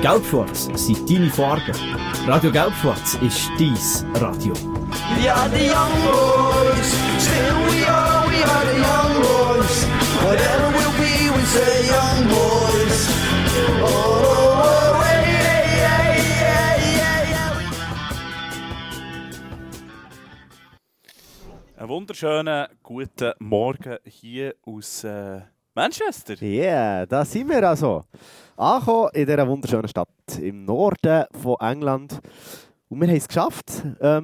Gelbschwarz sind deine Farben. Radio Gelbschwarz ist dein Radio. We are the young boys, still we are the young boys. Whatever we'll be, we say young boys. Oh, oh, oh, hey, hey, hey, hey, Einen wunderschönen guten Morgen hier aus Manchester. Ja, yeah, da sind wir also. Angekommen in dieser wunderschönen Stadt im Norden von England. Und wir haben es geschafft.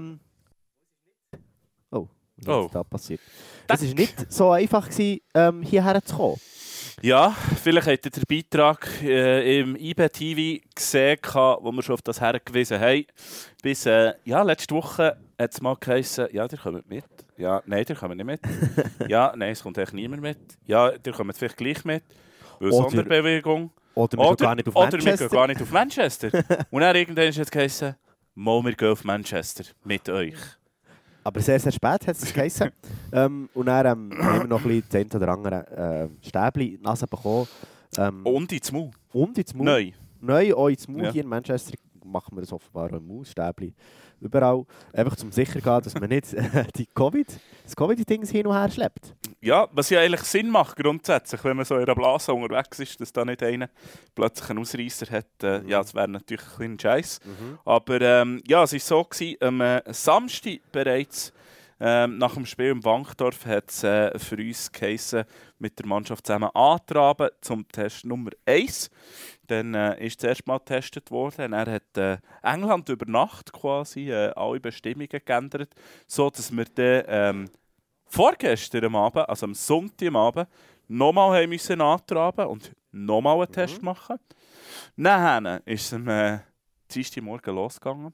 Was ist da passiert? Es war nicht so einfach, hierher zu kommen. Ja, vielleicht habt ihr den Beitrag im IB-TV gesehen, wo wir schon auf das hergewiesen haben. Bis letzte Woche hat es mal geheißen, ja, ihr kommt mit. Ja, nein, ihr kommt nicht mit. Ja, nein, es kommt eigentlich niemand mit. Ja, ihr kommt vielleicht gleich mit. Weil Sonderbewegung. Oder wir gehen gar nicht auf Manchester. Oder wir gehen gar nicht auf Manchester. Und dann irgendwann hat es geheißen, wir gehen auf Manchester mit euch. Aber sehr, sehr spät hat es geheißen. Und dann haben wir noch ein bisschen 10 oder andere Stäbchen in die Nase bekommen. Und ins Maul. Und ins Maul. Neu auch ins Maul. Ja. Hier in Manchester machen wir das offenbar auch im Maul, Stäbchen. Überall. Einfach zum sicher gehen, dass man nicht das Covid-Ding hin und her schleppt. Ja, was ja eigentlich Sinn macht grundsätzlich, wenn man so in einer Blase unterwegs ist, dass da nicht einer plötzlich einen Ausreisser hat. Ja, das wäre natürlich ein bisschen Scheiß. Aber es war so gewesen, am Samstag bereits, nach dem Spiel im Wankdorf hat es für uns geheissen, mit der Mannschaft zusammen antraben zum Test Nummer 1. Dann ist das erste Mal getestet worden. Er hat England über Nacht quasi alle Bestimmungen geändert, sodass wir dann vorgestern am Abend, also am Sonntag am Abend, nochmal müssen antraben und nochmal einen Test machen. Dann ist es am Dienstagmorgen losgegangen.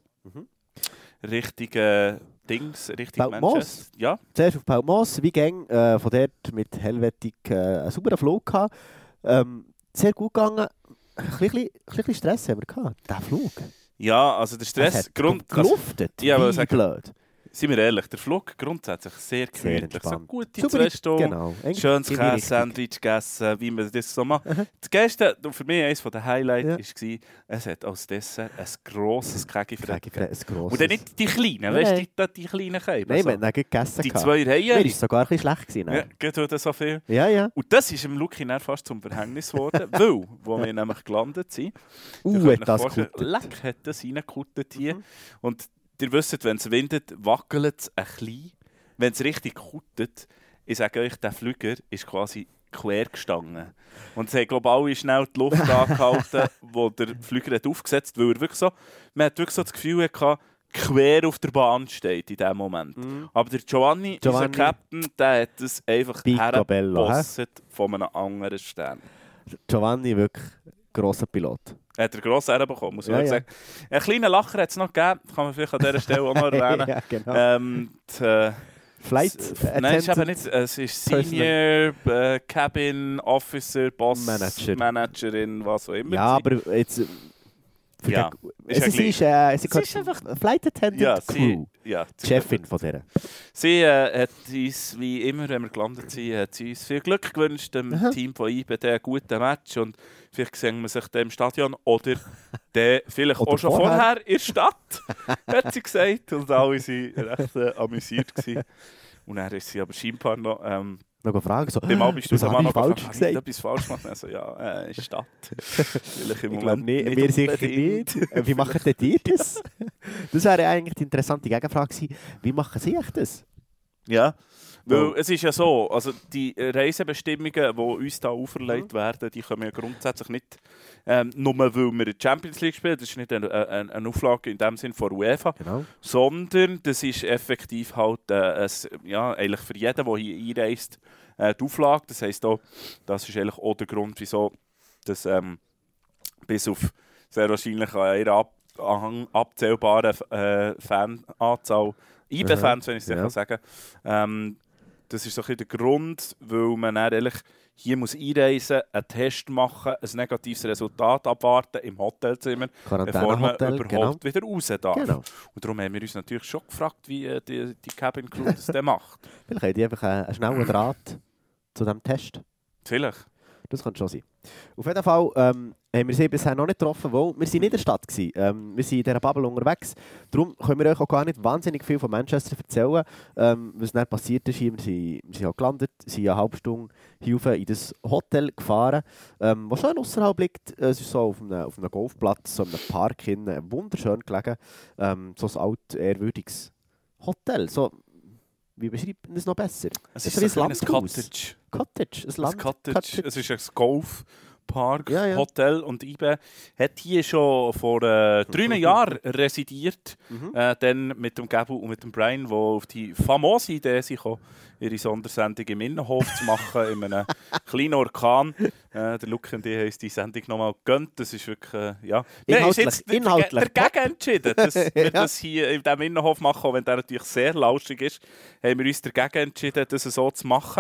Richtung Manchester. Ja. Zuerst auf Paulmoos, wie ging von dort mit Helvetik einen sauberen Flug gehabt. Sehr gut gegangen. Ein bisschen Stress haben wir gehabt, der Flug. Ja, also der Stress... geluftet, wie blöd. Seien wir ehrlich, der Flug grundsätzlich sehr gemütlich. So gute super 2 Stunden, genau. Schönes Käse-Sandwich gegessen, wie man das so macht. Das Geilste, für mich eines der Highlights war, es hat als Dessert ein grosses Kägifrett gegeben. Und dann nicht die kleinen, weißt du, die kleinen Käse. Nein, wir haben gegessen. Die 2 Reihen. Mir war sogar ein bisschen schlecht gewesen. Ja, geht so viel. Ja. Und das ist dem Luki fast zum Verhängnis geworden, weil, wo wir nämlich gelandet sind, hat das gekuttet. Leck hat das reingekuttet hier. Und ihr wisst, wenn es windet, wackelt es ein bisschen. Wenn es richtig kuttet, ich sage euch, der Flüger ist quasi quer gestanden. Und sie haben, glaube ich, alle schnell die Luft angehalten, wo der Flüger hat aufgesetzt hat, weil er wirklich so, man hat wirklich so das Gefühl hatte, quer auf der Bahn steht in diesem Moment. Aber der Giovanni, unser Captain, der hat es einfach hergebosset von einem anderen Stern. Giovanni, wirklich grosser Pilot. Er hat einen grossen R bekommen, muss ich sagen. Einen kleinen Lacher hat es noch gegeben, kann man vielleicht an dieser Stelle auch noch erwähnen. Ja, genau. Flight Nein, es ist Senior, Cabin Officer, Boss, Managerin, was auch immer. Ja, aber jetzt... Es ist einfach Flight Attendant Crew. Die Chefin von dieser. Sie hat uns, wie immer, wenn wir gelandet sind, hat sie uns viel Glück gewünscht, dem Team von IB, einen guten Match. Und vielleicht sehen wir sich dann im Stadion oder vielleicht auch schon vorher in der Stadt, hat sie gesagt. Und alle waren recht amüsiert gewesen. Und dann ist sie aber scheinbar noch... noch fragen, so, beim Mal bist du noch falsch gesagt. Etwas falsch gemacht. Also ja, in der Stadt. Vielleicht im Moment nicht wir sicher nicht. Wie machen denn die das? Das wäre eigentlich die interessante Gegenfrage gewesen. Wie machen sie das? Ja, weil es ist ja so, also die Reisebestimmungen, die uns hier auferlegt werden, die können ja grundsätzlich nicht, nur weil wir in der Champions League spielen, das ist nicht eine Auflage in dem Sinn von UEFA, sondern das ist effektiv halt eigentlich für jeden, der hier einreist, die Auflage. Das heisst auch, das ist eigentlich auch der Grund, wieso das bis auf sehr wahrscheinlich eine abzählbare Fananzahl IB-Fans, wenn ich es sicher sagen. Das ist so ein bisschen der Grund, weil man dann ehrlich hier muss einreisen, einen Test machen, ein negatives Resultat abwarten im Hotelzimmer, bevor man überhaupt wieder raus darf. Genau. Und darum haben wir uns natürlich schon gefragt, wie die Cabin Crew das dann macht. Vielleicht haben die einfach einen schnellen Draht zu diesem Test. Vielleicht. Das könnte schon sein. Auf jeden Fall haben wir sie bisher noch nicht getroffen, weil wir sind nicht in der Stadt gewesen. Wir sind in dieser Bubble unterwegs. Darum können wir euch auch gar nicht wahnsinnig viel von Manchester erzählen. Was dann passiert ist, wir sind auch gelandet, sind eine halbe Stunde hier in das Hotel gefahren, das schon außerhalb liegt. Es ist so auf einem Golfplatz, so in einem Park, wunderschön gelegen. So ein alt, ehrwürdiges Hotel. So, wie beschreibt man das noch besser? Es ist so ein Cottage. Cottage, ein Cottage. Es ist ein Golfpark, Hotel und IBE hat hier schon vor 3 Jahren residiert. Dann mit dem Gabu und mit dem Brian, die auf die famose Idee sind, ihre Sondersendung im Innenhof zu machen, in einem kleinen Orkan. Der Luke und ich haben uns die Sendung nochmal gegönnt. Das ist wirklich, ja. Wir haben uns jetzt dagegen entschieden, dass wir das hier in diesem Innenhof machen, auch wenn der natürlich sehr lauschig ist, haben wir uns dagegen entschieden, das so zu machen.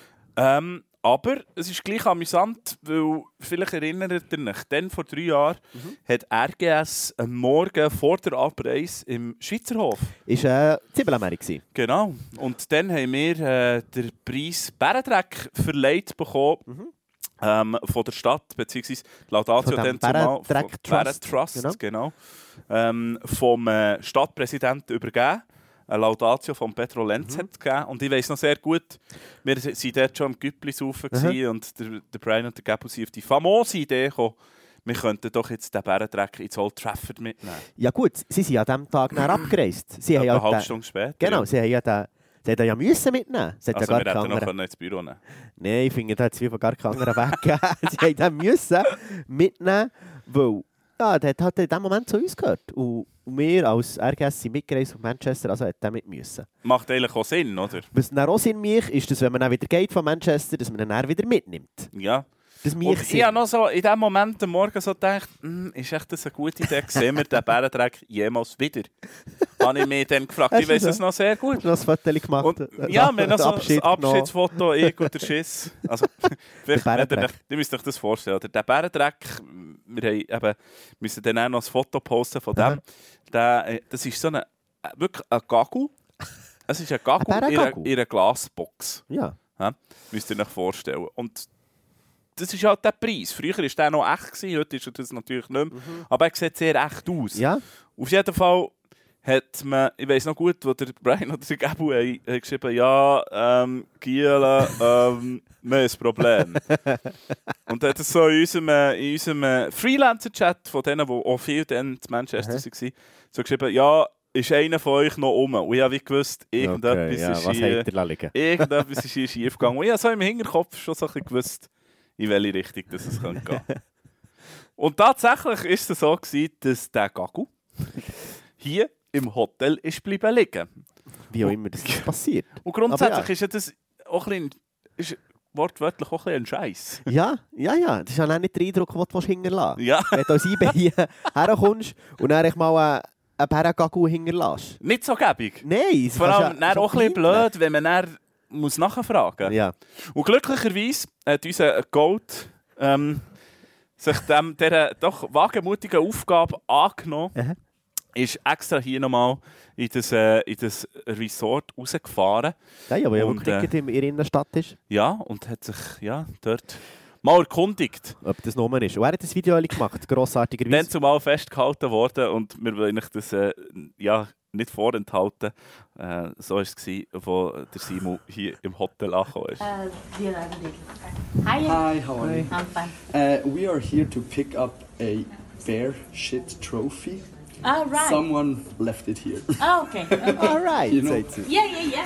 Aber es ist gleich amüsant, weil, vielleicht erinnert ihr euch, dann vor 3 Jahren hat RGS am Morgen vor der Abreise im Schweizerhof. Ist Zibelamerika. Genau. Und dann haben wir den Preis Bärendreck verleiht bekommen von der Stadt, beziehungsweise Laudatio dann zumal Bärendreck Trust, genau. Vom Stadtpräsidenten übergeben. Eine Laudatio von Petro Lenz hat gegeben. Und ich weiss noch sehr gut, wir waren dort schon am Güppli-Saufen und der Brian und der Gabu sind auf die famose Idee gekommen, wir könnten doch jetzt den Bärendreck ins Old Trafford mitnehmen. Ja gut, sie sind an diesem Tag dann abgereist. Eine halbe Stunde später. Genau, sie hätten ja müssen mitnehmen. Sie also wir hätten noch ins Büro nehmen. Nein, ich finde, da hat es gar keinen anderen Weg gegeben. Sie hätten müssen mitnehmen, weil der hat halt in diesem Moment zu uns gehört. Und wir als RGS sind mitgereist von Manchester, also hätten wir mit müssen. Macht eigentlich auch Sinn, oder? Was dann auch Sinn macht, ist, dass wenn man dann wieder geht von Manchester, dass man ihn dann wieder mitnimmt. Ja. Das und ich habe noch so in dem Moment am Morgen so gedacht, ist echt das eine gute Idee? Sehen wir den Bärendreck jemals wieder? Habe ich mich dann gefragt. Ich weiss es noch sehr gut. Hast du noch ein Foto gemacht? Und, ja, wir haben noch so ein Abschiedsfoto, ich und der Schiss. Also, ihr müsst euch das vorstellen. Der Bärendreck, wir haben müssen dann auch noch ein Foto posten von dem. Das ist so wirklich ein Gagel. Es ist ein Gagel in einer Glasbox. Ja. Müsst ihr euch vorstellen. Und das ist halt der Preis. Früher war der noch echt, heute ist das natürlich nicht mehr. Aber er sieht sehr echt aus. Ja. Auf jeden Fall hat man, ich weiss noch gut, wo der Brian oder der Gabu haben geschrieben, ja, Giela, wir haben ein Problem. Und er hat es so in unserem Freelancer-Chat von denen, die auch viel dann zu Manchester waren, so geschrieben, ja, ist einer von euch noch rum? Und ich habe gewusst, irgendetwas ist hier schief gegangen. Und ich habe so im Hinterkopf schon so ein bisschen gewusst, in welche Richtung das es gehen könnte. Und tatsächlich war es so, dass der Gagu hier im Hotel ist bleiben liegen. Wie auch immer das passiert. Und grundsätzlich ist ja das auch ein bisschen, wortwörtlich auch ein Scheiß. Ja. Das ist ja nicht der Eindruck, den du hinterlassen willst. Ja. Wenn du als IB hier herkommst und dann mal einen Bärendreck hinterlässt. Nicht so gäbig. Nein. Vor allem auch ein bisschen blöd, wenn man dann muss nachfragen. Ja. Und glücklicherweise hat unser Gold sich dieser doch wagemutigen Aufgabe angenommen, ist extra hier nochmal in das Resort rausgefahren. Ja, aber ja, wirklich in der Innenstadt ist. Ja, und hat sich dort mal erkundigt. Ob das Nummer ist. Und er hat das Video gemacht, grossartigerweise. Dann zumal festgehalten worden und wir wollen euch das nicht vorenthalten. So war es, wo der Simon hier im Hotel angekommen ist. Hi, how are you? I'm fine. We are here to pick up a bear shit trophy. Oh, right. Someone left it here. Oh, okay. Alright, You know. sagt sie. Yeah.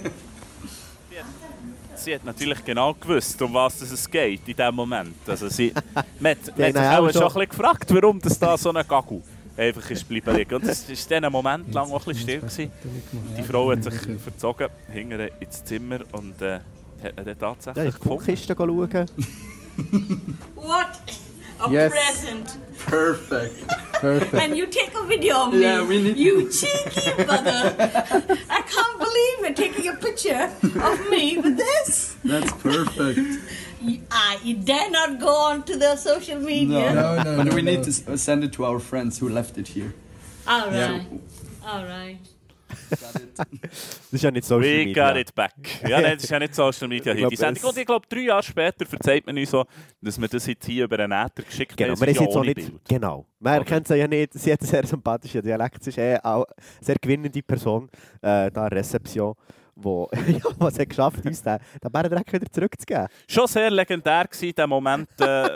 Sie hat natürlich genau gewusst, um was es geht in diesem Moment. Also man hat sich auch auch schon ein bisschen gefragt, warum das da so ein Gagu einfach ist bleiben liegen. Und es war dann einen Moment lang auch ein bisschen still gewesen. Die Frau hat sich verzogen, hinten ins Zimmer und hat ihn dann tatsächlich Ja, ich kann die Kiste schauen. What a Yes. present. Perfect. And you take a video of me. Yeah, we need- You cheeky brother. I can't believe you're taking a picture of me with this. That's perfect. You dare not go on to the social media. No. But we need to send it to our friends who left it here. All right. Yeah. All right. Das ist ja nicht Social We Media. got it back. Ja, nein, das ist ja nicht Social Media hier. Die Sendung. Und ich glaube, 3 Jahre später verzeiht man uns so, dass wir das jetzt hier über einen Äther geschickt Genau, haben. man Das ist jetzt ja auch ohne nicht, Bild. genau. Man erkennt sie ja nicht. Sie hat einen sehr sympathischen Dialekt. Sie ist auch eine sehr gewinnende Person, da in Rezeption, wo was hat geschafft, uns den Bärendreck wieder zurückzugeben. Schon sehr legendär war der Moment,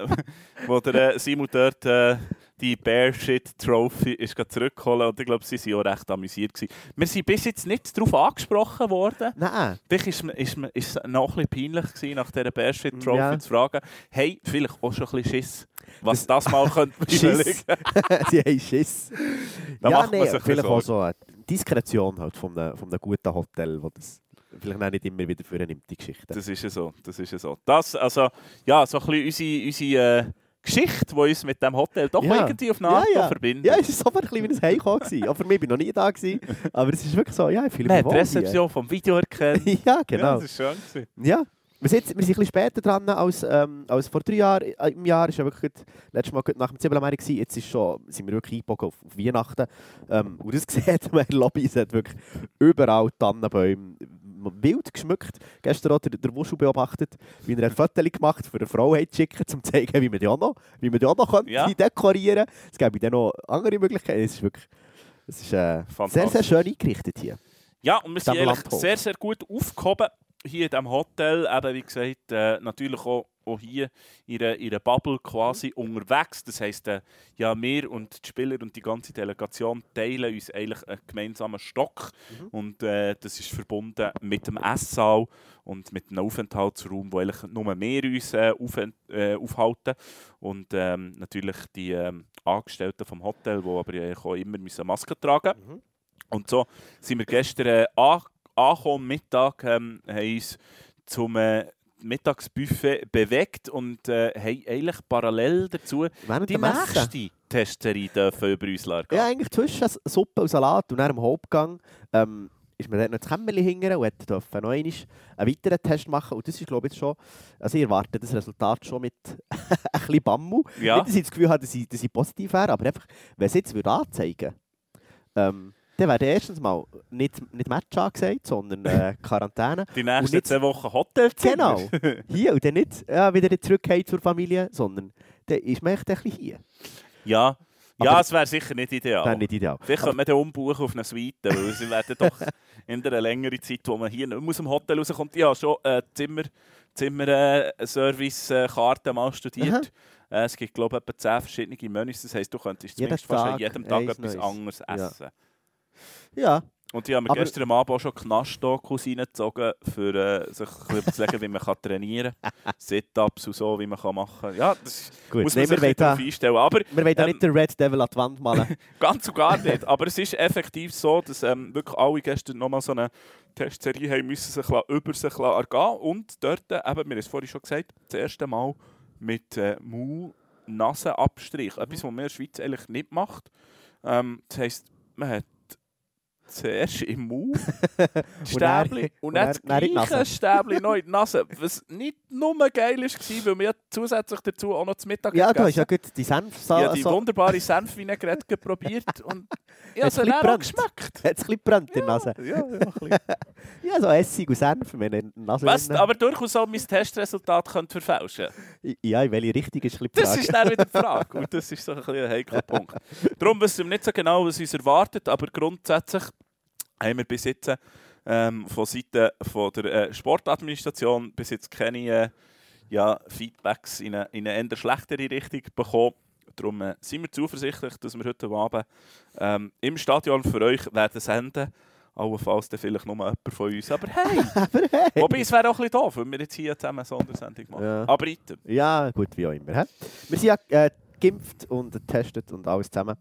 wo der Simon dort die Bear Shit Trophy ist zurückgeholt. Und ich glaube, sie waren auch recht amüsiert gewesen. Wir sind bis jetzt nicht darauf angesprochen worden. Nein. Vielleicht war es noch ein bisschen peinlich gewesen, nach dieser Bear Shit Trophy Ja. zu fragen, hey, vielleicht auch schon ein bisschen Schiss, was das mal könnte Schiss. Sie haben Schiss. Da Ja, macht man sich ein vielleicht bisschen auch so eine Diskretion halt von einem guten Hotel, wo das vielleicht auch nicht immer wieder vornimmt, die Geschichte. Das ist ja so, das ist ja so. Das, also, ja, so ein bisschen unsere Geschichte, die uns mit dem Hotel doch irgendwie auf eine Art noch verbindet. Ja, es war sofort ein bisschen wie ein Heimkommen. Auch für mich, ich bin noch nie da gewesen, aber es ist wirklich so, ja, ich fühle Man mich hat die wohl Rezeption vom Video erkannt. hier. Ja, genau. Ja, das war schön gewesen. Ja, wir sind ein bisschen später dran als vor 3 Jahren. Im Jahr war ja wirklich letztes Mal nach dem Zwiebelmeer. Jetzt sind wir wirklich eingebogen auf Weihnachten. Und das sieht man in der Lobby, es hat wirklich überall Tannenbäume wild geschmückt. Gestern hat der Wuschel beobachtet, wie er ein Foto gemacht für eine Frau zu schicken, um zu zeigen, wie man die auch noch könnte dekorieren könnte. Es gäbe dann noch andere Möglichkeiten. Es ist sehr, sehr schön eingerichtet hier. Ja, und wir sind Dem eigentlich Landhof. sehr, sehr gut aufgehoben hier in diesem Hotel. Eben, wie gesagt, natürlich auch hier in einer Bubble quasi unterwegs. Das heisst, ja, wir und die Spieler und die ganze Delegation teilen uns eigentlich einen gemeinsamen Stock. Und das ist verbunden mit dem Esssaal und mit einem Aufenthaltsraum, wo eigentlich nur wir uns aufhalten. Und natürlich die Angestellten vom Hotel, die aber eigentlich auch immer Maske tragen müssen. Und so sind wir gestern angekommen, Mittag, haben uns zum Mittagsbuffet bewegt und haben eigentlich parallel dazu Während die dem Essen. nächste Testerie dürfen über uns lassen. Ja, eigentlich zwischen Suppe und Salat und nach dem Hauptgang ist man dort noch das Kämmerchen hingern und durfte noch einen weiteren Test machen. Und das ist, glaube ich, schon, also ich erwarte das Resultat schon mit ein bisschen Bammel. Ja. Nicht, dass ich das Gefühl habe, dass ich positiv wäre, aber einfach, wenn es jetzt anzeigen würde, dann wäre erstens mal nicht Match angesagt, sondern Quarantäne. Die nächsten nicht- 2 Wochen Hotelzimmer. Genau. Hier und dann nicht wieder zurückgehen zur Familie, sondern dann ist man echt ein bisschen hier. Ja, Aber- es wäre sicher nicht ideal. Wäre nicht ideal. Vielleicht könnte man den umbuchen auf eine Suite, weil sie werden doch in einer längeren Zeit, wo man hier nicht aus dem Hotel rauskommt. Ja, schon Zimmer-Service-Karte mal studiert. Es gibt, glaube ich, etwa 10 verschiedene Menüs. Das heisst, du könntest Jeden zumindest fast an Tag jedem Tag eins etwas Neues. anderes Ja. essen. Ja. Und ich habe mir Aber- gestern am Abend auch schon Knastdokus reingezogen, für sich ein bisschen überzulegen, wie man trainieren kann. Sit-Ups und so, wie man machen kann. Ja, das Gut, muss man nein, sich wir wollen darauf da- einstellen. Aber Wir wollen da nicht den Red Devil an die Wand malen. ganz und gar nicht. Aber es ist effektiv so, dass wirklich alle gestern nochmal so eine Testserie haben müssen sich über sich ergehen. Und dort, eben, wir haben es vorhin schon gesagt, das erste Mal mit Mund-Nasen-Abstrich. Etwas, was man in der Schweiz eigentlich nicht macht. Das heisst, man hat zuerst im Mund die Stäbchen und dann das dann in die gleiche Nase. Stäbchen noch in die Nase. Was nicht nur geil war, weil wir zusätzlich dazu auch noch zu Mittag Ja, du hast ja gegessen. gut die Senf Ich habe die wunderbare Senfvinaigrette probiert und ich habe Hat's sie ein dann auch bisschen geschmeckt. Hat es ein bisschen gebrannt in der Nase. Ja, ein bisschen. Ja, so Essig und Senf, wenn in der Nase Was drin. aber durchaus auch mein Testresultat könnte verfälschen. Ja, in welche Richtung ist ein bisschen die Das Frage. ist dann wieder die Frage. Und das ist so ein bisschen ein heikler Punkt. Darum wissen wir nicht so genau, was uns erwartet, aber grundsätzlich haben wir bis jetzt von Seiten von der Sportadministration bis jetzt keine Feedbacks in eine eher schlechtere Richtung bekommen. Darum sind wir zuversichtlich, dass wir heute Abend im Stadion für euch werden senden. Allenfalls dann vielleicht nur jemand von uns. Aber hey! Wobei, es wäre auch ein bisschen doof, wenn wir jetzt hier zusammen eine Sondersendung machen. Ja. Aber item. Ja, gut, wie auch immer. He? Wir sind ja geimpft und getestet und alles zusammen.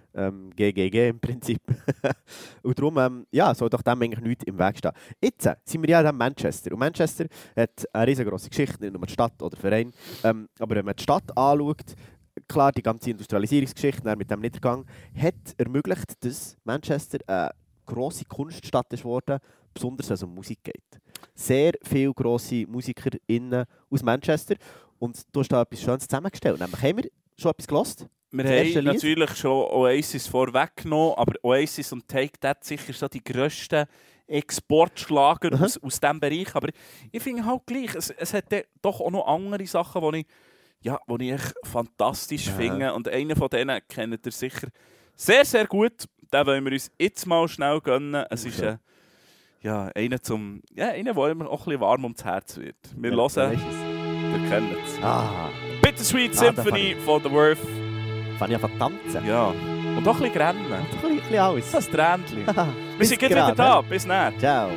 GGG im Prinzip. Und darum soll doch dem eigentlich nichts im Weg stehen. Jetzt sind wir ja in Manchester. Und Manchester hat eine riesengroße Geschichte, nicht nur die Stadt oder Verein. Aber wenn man die Stadt anschaut, klar, die ganze Industrialisierungsgeschichte mit dem Niedergang hat ermöglicht, dass Manchester eine grosse Kunststadt ist geworden, besonders wenn es um Musik geht. Sehr viele grosse MusikerInnen aus Manchester. Und du hast da etwas Schönes zusammengestellt. Nämlich haben wir schon etwas gehört? Wir Das erste haben Lied? natürlich schon Oasis vorweggenommen, aber Oasis und Take That sicher so die grössten Exportschlager aus diesem Bereich. Aber ich finde halt gleich, es hat doch auch noch andere Sachen, die ich echt fantastisch finde. Und einen von denen kennt ihr sicher sehr, sehr gut. Den wollen wir uns jetzt mal schnell gönnen. Es ist einer, der immer auch ein bisschen warm ums Herz wird. Wir hören, ihr kennt es. Bittersweet Symphony von The Worth. Fand ich einfach tanzen. Ja. Und auch ein bisschen rennen. Ein bisschen alles. Das Tränchen. Wir Bis sind gleich wieder gerade, da. Bis dann. Ciao.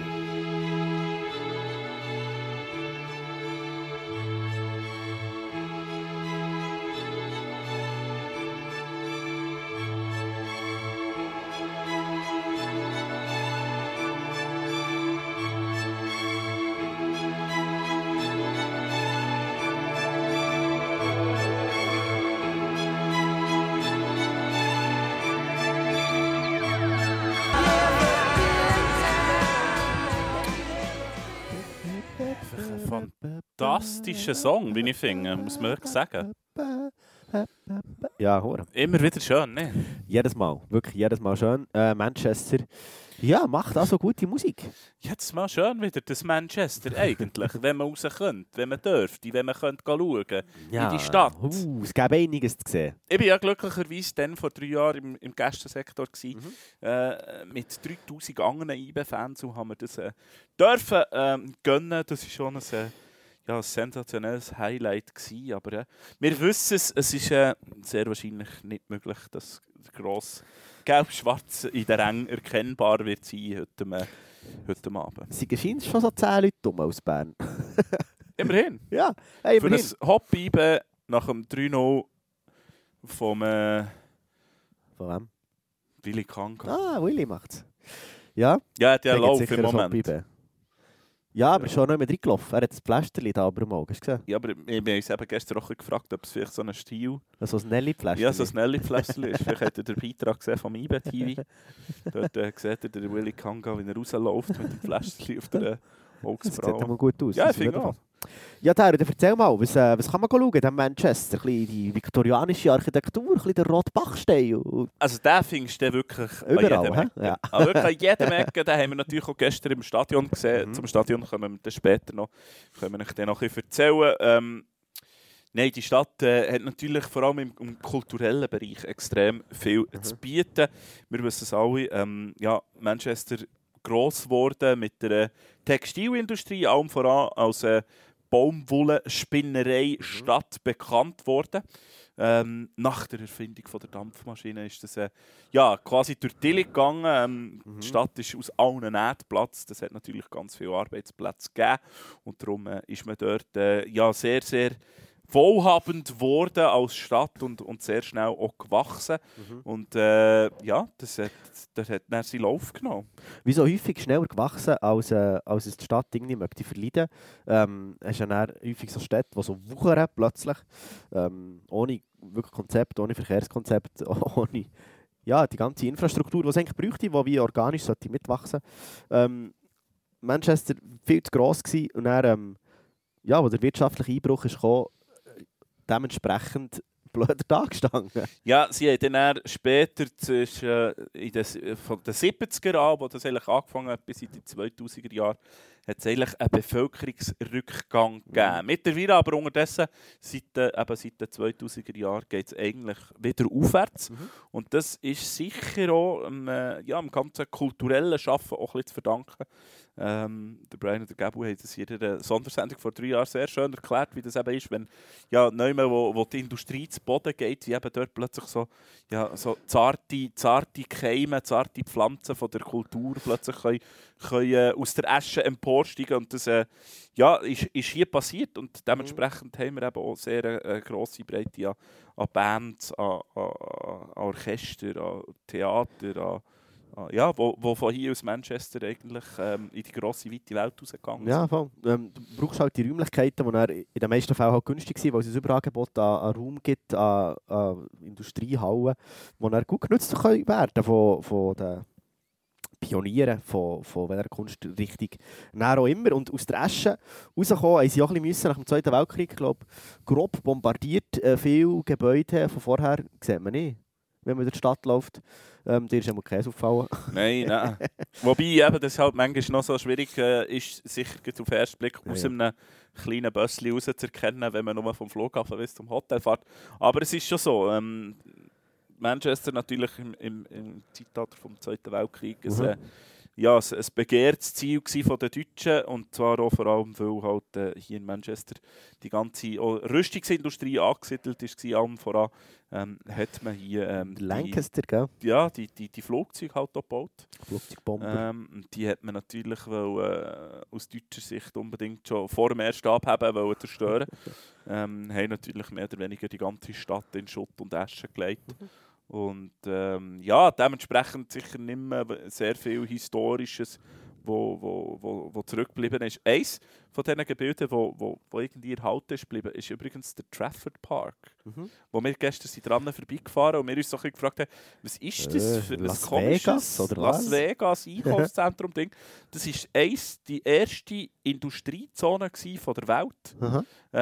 Fantastischer Song, wie ich finde, muss man wirklich sagen. Ja, hure. Immer wieder schön, ne? Jedes Mal, wirklich jedes Mal schön. Manchester, ja, macht also gute Musik. Jetzt mal schön wieder, das Manchester eigentlich, wenn man raus könnte, wenn man dürfte, wenn man könnte schauen in die Stadt. Es gäbe einiges zu sehen. Ich war ja glücklicherweise dann vor 3 Jahren im Gästensektor gewesen, mit 3000 anderen IB-Fans und haben wir das dürfen gönnen. Das ist schon ein sensationelles Highlight gewesen, aber wir wissen es ist sehr wahrscheinlich nicht möglich, dass der grosse Gelb-Schwarz in der Ränge erkennbar wird sein heute Abend. Es sind schon so 10 Leute aus Bern. Immerhin. Ja, hey, Für immerhin. ein Hop-IB nach dem 3-0 vom Von wem? Willy Kanga. Willy macht's. Ja, Ja, der da gibt's läuft sicher im ein Moment. Hobby. Ja, aber schon nicht mehr reingelaufen. Er hat das Pflasterli da aber mal, hast du gesehen? Ja, aber wir haben uns eben gestern auch gefragt, ob es vielleicht so ein Stil... So ein Nelly-Pflasterli. Ja, so ein Nelly-Pflasterli ist. Vielleicht hat er den Beitrag gesehen vom IB-TV. Dort sieht er den Willy Kanga, wie er rausläuft mit dem Pflasterli auf der Das sieht Volksfrau. mal gut aus. Ja, Das ich finde auf jeden auch. Fall. Ja, Taro, dann erzähl mal, was kann man schauen in Manchester? Ein bisschen die viktorianische Architektur, ein bisschen der Rotbachstein. Und Also den findest du wirklich überall, an jedem hä? Ecke. Ja. Aber wirklich an jedem Ecke, den haben wir natürlich auch gestern im Stadion gesehen. Zum Stadion kommen wir dann später noch, können wir euch dann noch ein bisschen erzählen. Nein, die Stadt hat natürlich vor allem im kulturellen Bereich extrem viel zu bieten. Wir wissen es alle, Manchester gross geworden mit der Textilindustrie, allem voran als Baumwollspinnerei-Stadt bekannt worden. Nach der Erfindung von der Dampfmaschine ist das quasi durch die Dille gegangen. Die Stadt ist aus allen Nähten Platz. Das hat natürlich ganz viele Arbeitsplätze gegeben. Und darum ist man dort sehr, sehr wohlhabend geworden als Stadt und sehr schnell auch gewachsen. Und das hat dann seinen Lauf genommen. Wie so häufig schneller gewachsen, als es die Stadt irgendwie möchte verleiden. Hast ja dann häufig so Städte, die so wuchern plötzlich, ohne wirklich Konzept, ohne Verkehrskonzept, ohne die ganze Infrastruktur, die es eigentlich bräuchte, die wie organisch sollte mitwachsen. Manchester war viel zu gross gewesen, und dann, wo der wirtschaftliche Einbruch ist gekommen, dementsprechend blöder dagestanden. Ja, sie haben dann später von den 70er Jahren, wo das eigentlich angefangen hat, bis in die 2000er Jahre, hat es eigentlich einen Bevölkerungsrückgang gegeben. Mittlerweile aber unterdessen, seit den 2000er Jahren, geht es eigentlich wieder aufwärts. Und das ist sicher auch dem ganzen kulturellen Schaffen auch ein bisschen zu verdanken. Der Brian und der Gabu haben das in ihrer Sondersendung vor 3 Jahren sehr schön erklärt, wie das eben ist, wenn niemand, wo die Industrie zu Boden geht, wie eben dort plötzlich so zarte Keime, zarte Pflanzen von der Kultur plötzlich können aus der Asche emporsteigen. Und das ist hier passiert. Und dementsprechend haben wir eben auch sehr grosse Breite an Bands, an Orchester, an Theater, wo von hier aus Manchester eigentlich in die grosse, weite Welt rausgegangen sind. Ja, voll. Du brauchst halt die Räumlichkeiten, die dann in den meisten Fällen halt günstig sind, weil es ein Überangebot an Raum gibt, an Industriehallen, die dann gut genutzt werden von den Pionieren von welcher Kunstrichtung dann auch immer. Und aus der Asche rausgekommen, haben sie auch ein bisschen nach dem Zweiten Weltkrieg, glaube ich, grob bombardiert. Viele Gebäude von vorher sieht man nicht, wenn man durch die Stadt läuft. Dir ist einmal Käse auffallen. Nein. Wobei eben, das halt manchmal noch so schwierig ist, sicher auf den ersten Blick aus einem kleinen Bössli raus zu erkennen, wenn man nur vom Flughafen bis zum Hotel fährt. Aber es ist schon so. Manchester natürlich im Zeitalter vom Zweiten Weltkrieg ein begehrtes Ziel von den Deutschen, und zwar auch vor allem, weil halt hier in Manchester die ganze Rüstungsindustrie angesiedelt war. Allem voran hat man hier Lancaster, gell? die Flugzeuge halt auch gebaut. Flugzeugbomber. Die hat man natürlich aus deutscher Sicht unbedingt schon vor dem ersten Abheben zerstören. Haben natürlich mehr oder weniger die ganze Stadt in Schutt und Asche gelegt. Und dementsprechend sicher nicht mehr sehr viel Historisches, wo zurückgeblieben ist. Eins von diesen Gebäuden, wo irgendwie erhalten ist geblieben, ist übrigens der Trafford Park. Wo wir gestern sind dran vorbeigefahren und wir uns so ein bisschen gefragt haben, was ist das für ein Las komisches Vegas, oder Las was? Vegas Einkaufszentrum-Ding. Das war die erste Industriezone von der Welt.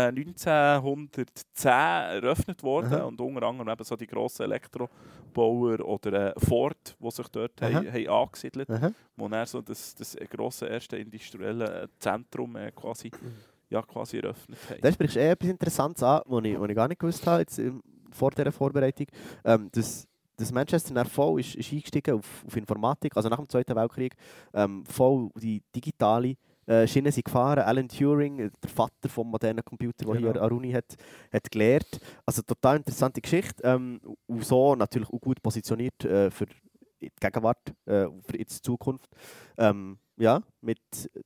1910 eröffnet worden und unter anderem eben so die grossen Elektrobauer oder Ford, die sich dort haben angesiedelt haben, wo dann so das grosse erste industrielle Zentrum quasi eröffnet haben. Da sprichst du etwas Interessantes an, was ich gar nicht gewusst habe jetzt, vor dieser Vorbereitung. Das Manchester dann voll ist eingestiegen auf Informatik, also nach dem Zweiten Weltkrieg, voll die digitale Schiene sind gefahren. Alan Turing, der Vater des modernen Computers, der hier an der Uni hat gelehrt. Also total interessante Geschichte. Und so natürlich auch gut positioniert für die Gegenwart, für die Zukunft. Mit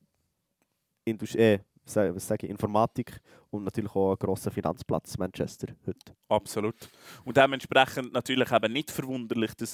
Informatik und natürlich auch einen grossen Finanzplatz Manchester heute. Absolut. Und dementsprechend natürlich eben nicht verwunderlich, dass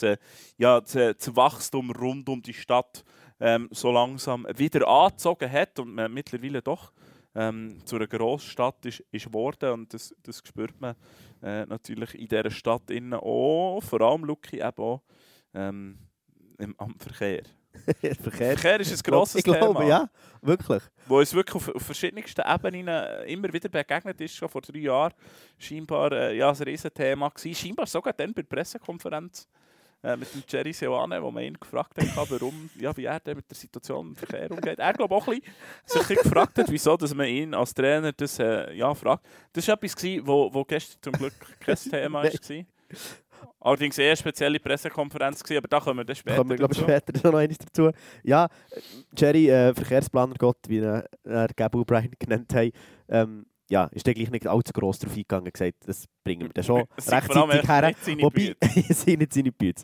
das Wachstum rund um die Stadt so langsam wieder angezogen hat und man mittlerweile doch zu einer Grossstadt ist geworden. Und das spürt man natürlich in dieser Stadt innen auch, vor allem Luki eben auch am Verkehr. Verkehr ist ein grosses Thema. Ich glaube, ja, wirklich. Wo uns wirklich auf verschiedensten Ebenen immer wieder begegnet ist, schon vor 3 Jahren. Scheinbar ein Riesenthema gewesen. Scheinbar sogar dann bei der Pressekonferenz mit dem Jerry Seoane, wo man ihn gefragt hat, warum, wie er denn mit der Situation im Verkehr umgeht. Er glaube auch sich gefragt hat, wieso dass man ihn als Trainer das fragt. Das war etwas, wo gestern zum Glück kein Thema war. Allerdings eine spezielle Pressekonferenz gewesen, aber da kommen wir dann später dazu. Kommen wir später noch eines dazu. Ja, Jerry, Verkehrsplaner Gott, wie er Gabu O'Brien genannt hat, ist der gleich nicht allzu gross darauf eingegangen und gesagt, das bringen wir dann schon rechtzeitig her. Wobei, es sind nicht seine Bütze.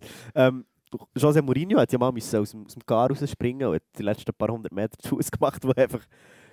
José Mourinho hat ja mal aus dem Gar rausspringen und hat die letzten paar 100 Meter zu Fuß gemacht, wo einfach,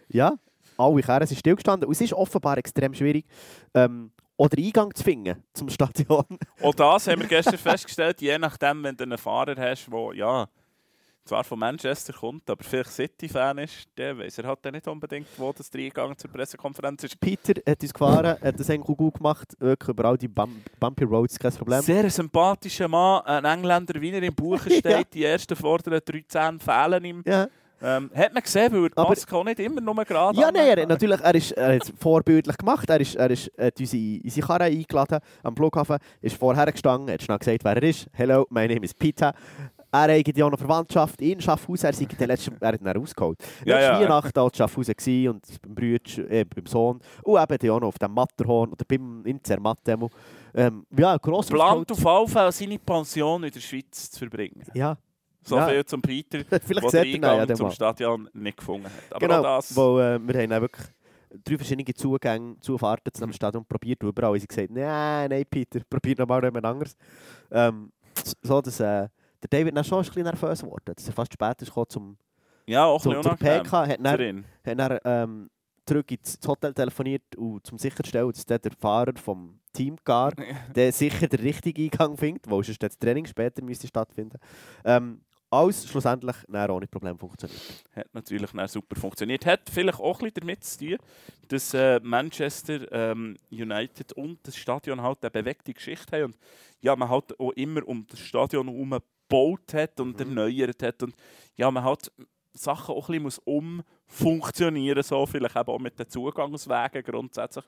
alle Kehren sind stillgestanden. Und es ist offenbar extrem schwierig, oder Eingang zu finden zum Stadion. Auch das haben wir gestern festgestellt, je nachdem, wenn du einen Fahrer hast, der zwar von Manchester kommt, aber vielleicht City-Fan ist, der weiss er halt nicht unbedingt, wo das der Eingang zur Pressekonferenz ist. Peter hat uns gefahren, hat das eigentlich gut gemacht, wirklich über all die Bumpy Roads, kein Problem. Sehr sympathischer Mann, ein Engländer, wie er im Buch steht, die ersten vorderen 13 fehlen ihm. Ja. Hat man gesehen, weil der Maske auch nicht immer nur gerade er ist vorbildlich gemacht. Er hat uns in seine Karre eingeladen am Flughafen, ist vorher gestanden, hat schnell gesagt, wer er ist. Hello, my name is Peter. Er hat ja auch noch Verwandtschaft in Schaffhausen. Er hat ihn rausgeholt. Er war Weihnachten in Schaffhausen und beim Bruder, beim Sohn. Und eben auch noch auf dem Matterhorn oder in Zermatt-Demo. Gross plant auf jeden Fall, seine Pension in der Schweiz zu verbringen. Ja. So viel zum Peter, der den Eingang zum Stadion nicht gefunden hat. Aber genau, auch das... wir haben wirklich 3 verschiedene Zufahrten zu einem Stadion probiert. Und überall haben sie gesagt, nein, Peter, probier noch mal jemand anderes. So, dass der David dann schon ein bisschen nervös geworden, dass er fast spät ist zum PK. Hat dann zurück ins Hotel telefoniert und zum sicherstellen, dass der Fahrer vom Teamcar der sicher den richtigen Eingang findet, wo sonst das Training später müsste stattfinden. Alles schlussendlich ohne Problem funktioniert. Hat natürlich super funktioniert. Hat vielleicht auch ein bisschen damit zu tun, dass Manchester United und das Stadion halt eine bewegte Geschichte haben. Und man halt auch immer um das Stadion herum gebaut hat und erneuert hat. Und ja, man hat Sachen auch ein bisschen umfunktionieren, so vielleicht eben auch mit den Zugangswegen grundsätzlich.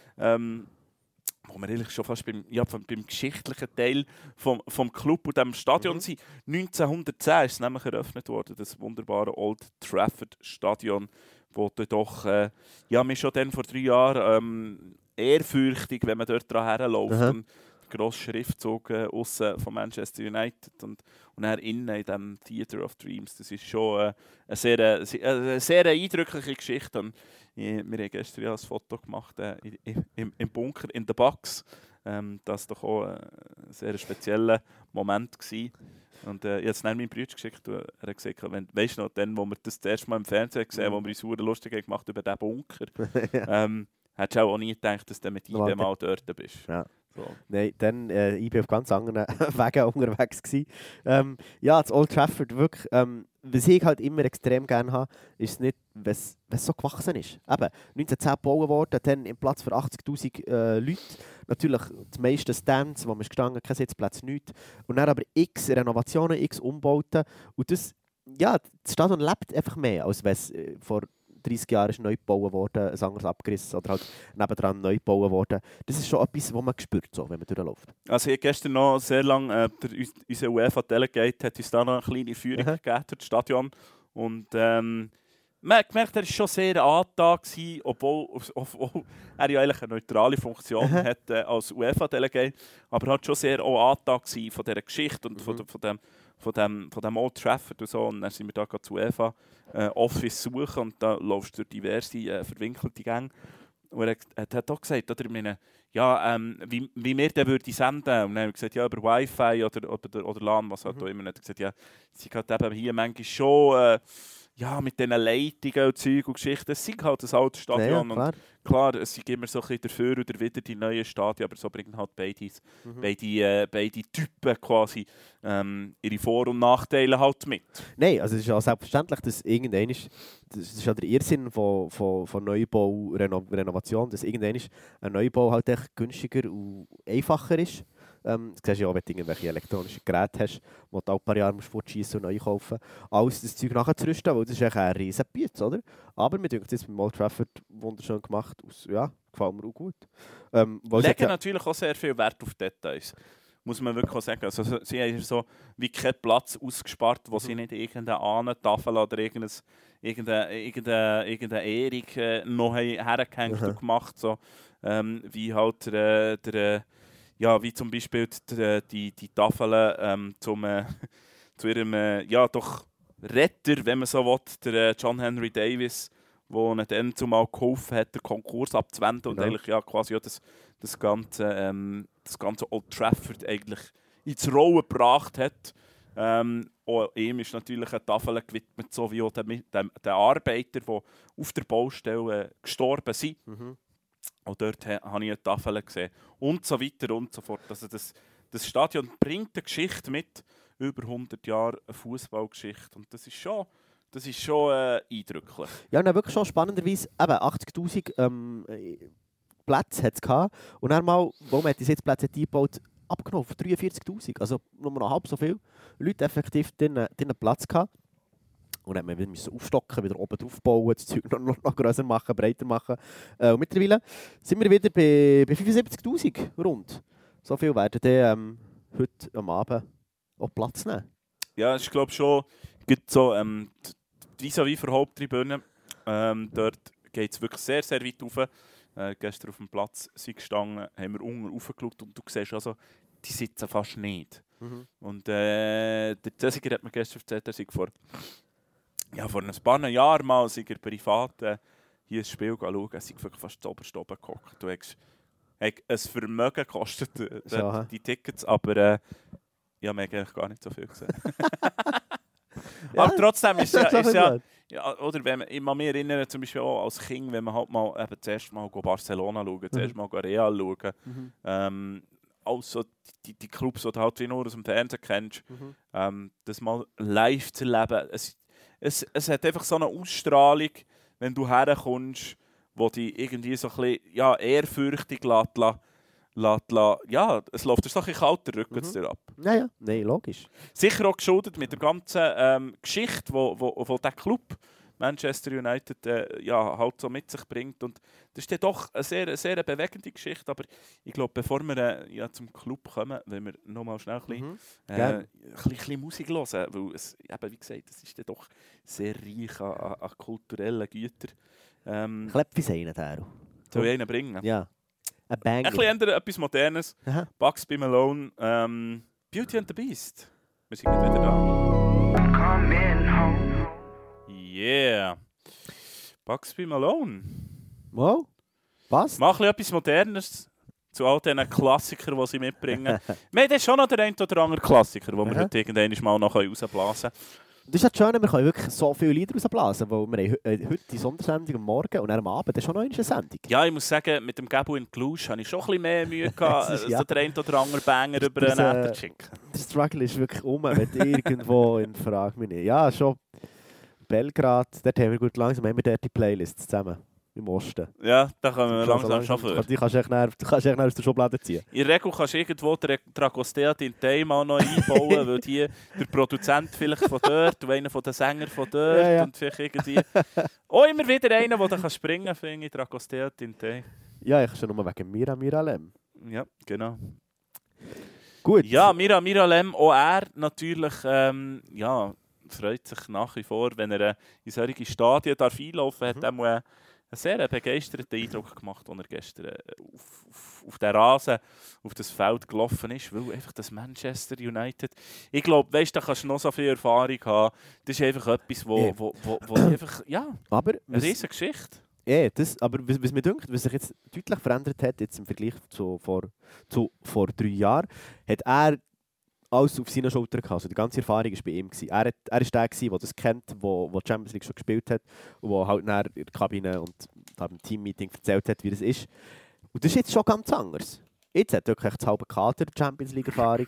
Wo wir eigentlich schon fast beim geschichtlichen Teil vom Club und dem Stadion sind. 1910 ist es nämlich eröffnet worden, das wunderbare Old Trafford Stadion, wo dann doch, wir schon dann vor 3 Jahren ehrfürchtig, wenn man dort dran herläuft, und der grosse Schriftzug aussen von Manchester United und dann innen in diesem Theatre of Dreams. Das ist schon eine sehr eindrückliche Geschichte. Und wir haben gestern ein Foto gemacht im Bunker, in der Box. Das war doch auch ein sehr spezieller Moment gewesen. Und ich habe es dann meinem Bruder geschickt. Er hat gesagt, weißt du noch, dann, wo wir das erste Mal im Fernsehen gesehen haben, wo wir uns sehr lustig gemacht über diesen Bunker, hättest du auch nie gedacht, dass du mit IB mal dort bist. Ja. So. Nein, dann ich bin auf ganz anderen Wegen unterwegs gewesen. Das Old Trafford, wirklich, was ich halt immer extrem gerne habe, ist nicht, wenn es so gewachsen ist. Eben, 1910 gebaut worden, dann im Platz für 80'000 Leute. Natürlich die meisten Stands, wo man ist gestanden, kein Sitzplatz, nichts. Und dann aber x Renovationen, x Umbauten. Und das Stadion lebt einfach mehr, als wenn es vor 30 Jahren ist neu gebaut worden, ein anderes abgerissen oder halt nebendran neu gebaut worden. Das ist schon etwas, was man spürt, so, wenn man durchläuft. Also ich habe gestern noch sehr lange, unser UEFA-Delegate hat uns da noch eine kleine Führung gegeben durch das Stadion. Und man hat gemerkt, er war schon sehr angetan, obwohl er ja eigentlich eine neutrale Funktion hat als UEFA-Delegate, aber er hat schon sehr angetan von dieser Geschichte und von dem Old Trafford und so. Und dann sind wir da zu UEFA Office suchen und da läufst du durch diverse verwinkelte Gänge. Und er hat auch gesagt, oder, wie wir den würde senden. Und dann haben wir gesagt, ja, über Wi-Fi oder LAN, was halt auch immer. Er hat gesagt, ja, sie hat eben hier manchmal schon mit diesen Leitungen und Zeug und Geschichten. Es ist halt ein altes Stadion. Ja, klar, es sind immer so ein bisschen dafür oder wieder die neuen Stadien, aber so bringen halt beide Typen quasi ihre Vor- und Nachteile halt mit. Nein, also es ist ja selbstverständlich, dass irgendwann das ist ja der Irrsinn von Neubau, Renovation, dass irgendwann ein Neubau halt echt günstiger und einfacher ist. Das siehst du ja auch, wenn du irgendwelche elektronischen Geräte hast, die du alle paar Jahre fortschießen und neu kaufen musst, alles das Zeug nachzurüsten, weil das ist eigentlich ein riesen Bütz, oder? Aber mir denkt, jetzt beim Old Trafford wunderschön gemacht, gefällt mir auch gut. Legen natürlich auch sehr viel Wert auf Details, muss man wirklich auch sagen. Also, sie haben so wie keinen Platz ausgespart, wo sie nicht irgendeine Ahnentafel oder irgendeine Ehrung noch hergehängt und gemacht, so, wie halt wie zum Beispiel die Tafeln zu ihrem doch Retter, wenn man so will, der John Henry Davis, der ihnen dann zumal geholfen hat, den Konkurs abzuwenden und eigentlich quasi das ganze Old Trafford eigentlich ins Rollen gebracht hat. Auch ihm ist natürlich eine Tafel gewidmet, so wie auch den Arbeiter, die auf der Baustelle gestorben sind. Auch dort habe ich eine Tafel gesehen. Und so weiter und so fort. Also das Stadion bringt eine Geschichte mit, über 100 Jahre eine Fußballgeschichte. Und das ist schon eindrücklich. Ja, und wirklich schon spannenderweise, eben 80'000 Plätze hat es gehabt. Und dann mal, wo man die Sitzplätze eingebaut, abgenommen auf 43'000. Also nur noch halb so viele Leute effektiv drinnen Platz gehabt. Und dann mussten wir aufstocken, wieder oben drauf bauen, das Zeug noch grösser machen, breiter machen. Und mittlerweile sind wir wieder bei 75'000 rund. So viel werden dann heute am Abend auch Platz nehmen. Ja, ich glaube schon, gibt so vis-à-vis für Haupttribüne. Dort geht es wirklich sehr, sehr weit rauf. Gestern auf dem Platz sind gestanden, haben wir unten raufgeschaut und du siehst also, die sitzen fast nicht. Und der Cäsiger hat mir gestern erzählt, er sei vor ein paar Jahren mal privat hier ein Spiel schauen. Er sei wirklich fast oberst oben gehockt. Du hast ein Vermögen gekostet, die Tickets, aber man hat eigentlich gar nicht so viel gesehen. Aber trotzdem ist ja, oder wenn man, ich kann mich erinnern, zum Beispiel auch als Kind, wenn man halt mal eben zuerst mal Barcelona schauen, zuerst mal Real schauen, also die Clubs, die du halt wie nur aus dem Fernsehen kennst, das mal live zu erleben. Es hat einfach so eine Ausstrahlung, wenn du herkommst, wo dich irgendwie so ein bisschen ehrfürchtig lässt, ja, es läuft so ein bisschen kalt der Rücken mhm. ab. Ja, nein, logisch. Sicher auch geschuldet mit der ganzen Geschichte, wo der Club Manchester United halt so mit sich bringt. Und das ist dann doch eine sehr bewegende Geschichte, aber ich glaube, bevor wir zum Club kommen, wollen wir noch mal schnell ein bisschen Musik hören, weil es, eben, wie gesagt, es ist dann doch sehr reich an kulturellen Gütern. Klepfis einen, Tero. Soll ich einen bringen? Ja. Ein Banger. Ein bisschen ändern, etwas Modernes. Aha. Bugsby Malone, Beauty and the Beast. Wir sind wieder da. Coming home. Yeah. Bugsby Malone. Wow. Passt. Mach etwas Modernes zu all diesen Klassikern, die sie mitbringen. Wir haben schon noch den einen oder anderen Klassiker, den wir heute irgendwann mal noch rausblasen können. Das ist halt schön, wir können wirklich so viele Lieder rausblasen, weil wir haben heute die Sondersendung am Morgen und dann am Abend ist schon noch eine Sendung. Ja, ich muss sagen, mit dem Gabu in Cluj hatte ich schon ein bisschen mehr Mühe gehabt, als der ein oder andere Banger über einen Äther zu schicken. Der Struggle ist wirklich wenn du irgendwo in Frage mich nicht. Ja, schon Belgrad, dort haben wir gut langsam haben wir dort die Playlists zusammen. Im Osten. Ja, da kommen wir langsam schon vor. Die kannst du echt nachher aus der Schublade ziehen. In der Regel kannst du irgendwo den Dragostea Tintei mal noch einbauen, weil der Produzent vielleicht von dort und einer von den Sängern von dort und vielleicht irgendwie... Auch immer wieder einer, der da springen kann, finde ich, Dragostea Tintei. Ja, ich schon nur wegen Miralem. Ja, genau. Gut. Ja, Miralem, auch er natürlich, freut sich nach wie vor, wenn er in solche Stadien einlaufen darf. Hat er einen sehr begeisterten Eindruck gemacht, als er gestern auf den Rasen, auf das Feld gelaufen ist, weil einfach das Manchester United, ich glaube, weißt, da kannst du noch so viel Erfahrung haben, das ist einfach etwas, wo einfach, aber eine riesige Geschichte. Ja, aber was mir denkt, was sich jetzt deutlich verändert hat, jetzt im Vergleich zu vor 3 Jahren, hat er alles auf seinen Schultern gehabt. Also die ganze Erfahrung war bei ihm. Er war der, der das kennt, der Champions League schon gespielt hat und der halt in der Kabine und im Teammeeting erzählt hat, wie das ist. Und das ist jetzt schon ganz anders. Jetzt hat wirklich das halbe Kader Champions League-Erfahrung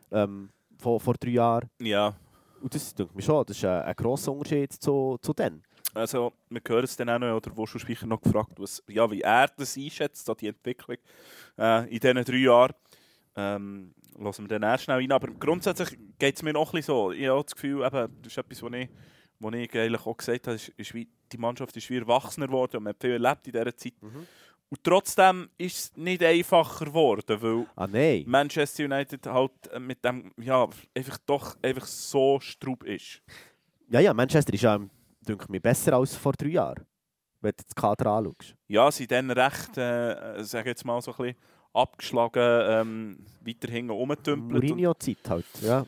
vor 3 Jahren. Ja. Und das denke ich schon, das ist ein grosser Unterschied zu dann. Also, wir hören es dann auch noch, oder wo schon Speicher noch gefragt, wie er das einschätzt, die Entwicklung in diesen 3 Jahren. Lassen wir dann erst schnell rein. Aber grundsätzlich geht es mir noch ein bisschen so. Ich habe das Gefühl, eben, das ist etwas, was ich eigentlich auch gesagt habe, ist wie, die Mannschaft ist wie erwachsener geworden und man hat viel erlebt in dieser Zeit. Mhm. Und trotzdem ist es nicht einfacher geworden, weil Manchester United halt mit dem einfach so straub ist. Ja, Manchester ist ja, denke ich, besser als vor 3 Jahren, wenn du das Kader anschaust. Ja, sie sind dann recht, sage jetzt mal so ein bisschen abgeschlagen, weiter hinten rumgetümpelt. Mourinho-Zeit halt, ja.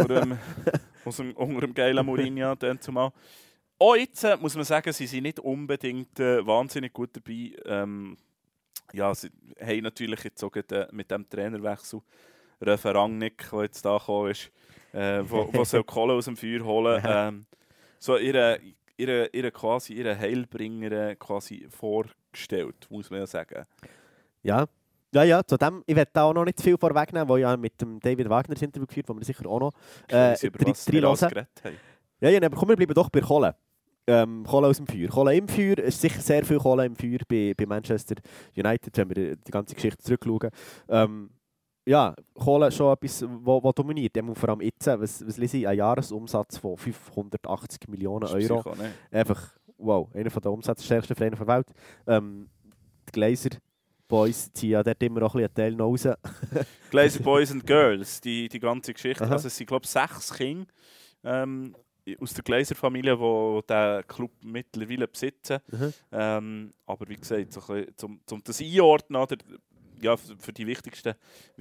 unter dem geilen Mourinho dann zumal. Auch jetzt muss man sagen, sie sind nicht unbedingt wahnsinnig gut dabei. Sie haben natürlich jetzt auch mit dem Trainerwechsel Röfe Rangnick, der jetzt da gekommen ist, wo soll Kohle aus dem Feuer holen. So ihre Heilbringer quasi vorgestellt, muss man ja sagen. Ja, zu dem, ich werde da auch noch nicht zu viel vorwegnehmen, weil ja mit dem David Wagner das Interview geführt, wo wir sicher auch noch reinhören. Ja, aber komm, wir bleiben doch bei Kohle. Kohle aus dem Feuer. Kohle im Feuer, es ist sicher sehr viel Kohle im Feuer bei Manchester United, wenn wir die ganze Geschichte zurückschauen. Kohle schon etwas, was dominiert. Vor allem jetzt, was lese ich, ein Jahresumsatz von 580 Millionen Euro. Einfach, wow, einer der umsatzstärksten Vereine der Welt. Die Glazer Boys ziehen ja dort immer auch ein bisschen einen Teil noch raus. Glazer Boys and Girls, die ganze Geschichte. Also es sind, glaube ich, 6 Kinder aus der Glazer-Familie, die diesen Club mittlerweile besitzen. Aber wie gesagt, so ein bisschen, um das einordnen, für die wichtigsten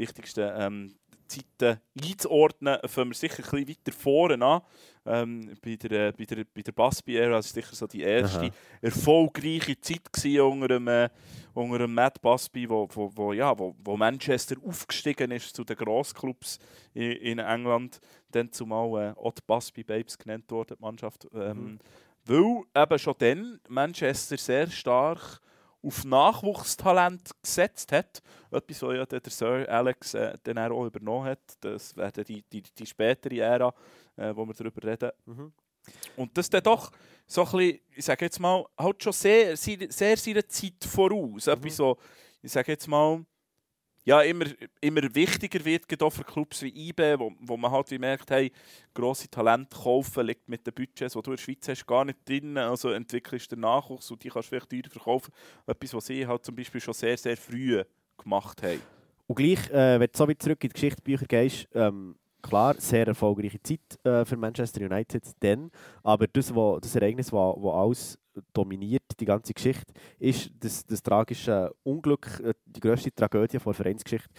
Zeiten einzuordnen, fangen wir sicher ein bisschen weiter vorne an. Bei der Busby-Ära war sicher so die erste erfolgreiche Zeit unter dem Matt Busby, wo Manchester aufgestiegen ist zu den Grossclubs in England. Dann zumal auch die Busby Babes genannt wurde, die Mannschaft. Weil eben schon dann Manchester sehr stark auf Nachwuchstalent gesetzt hat. Etwas, was ja der Sir Alex dann auch übernommen hat. Das wäre die spätere Ära, wo wir darüber reden. Und das dann doch so ein bisschen, ich sage jetzt mal, halt schon sehr seiner Zeit voraus. Etwas so, ich sage jetzt mal, immer wichtiger wird, gerade auch für Clubs wie IB, wo man halt wie merkt, hey, grosse Talente kaufen liegt mit den Budgets, die du in der Schweiz hast, gar nicht drin. Also entwickelst du den Nachwuchs und die kannst du vielleicht teurer verkaufen. Etwas, was sie halt zum Beispiel schon sehr, sehr früh gemacht haben. Und gleich, wenn du so weit zurück in die Geschichtsbücher gehst, klar, sehr erfolgreiche Zeit für Manchester United dann, aber das Ereignis, das alles dominiert, die ganze Geschichte, ist das tragische Unglück, die grösste Tragödie der Vereinsgeschichte,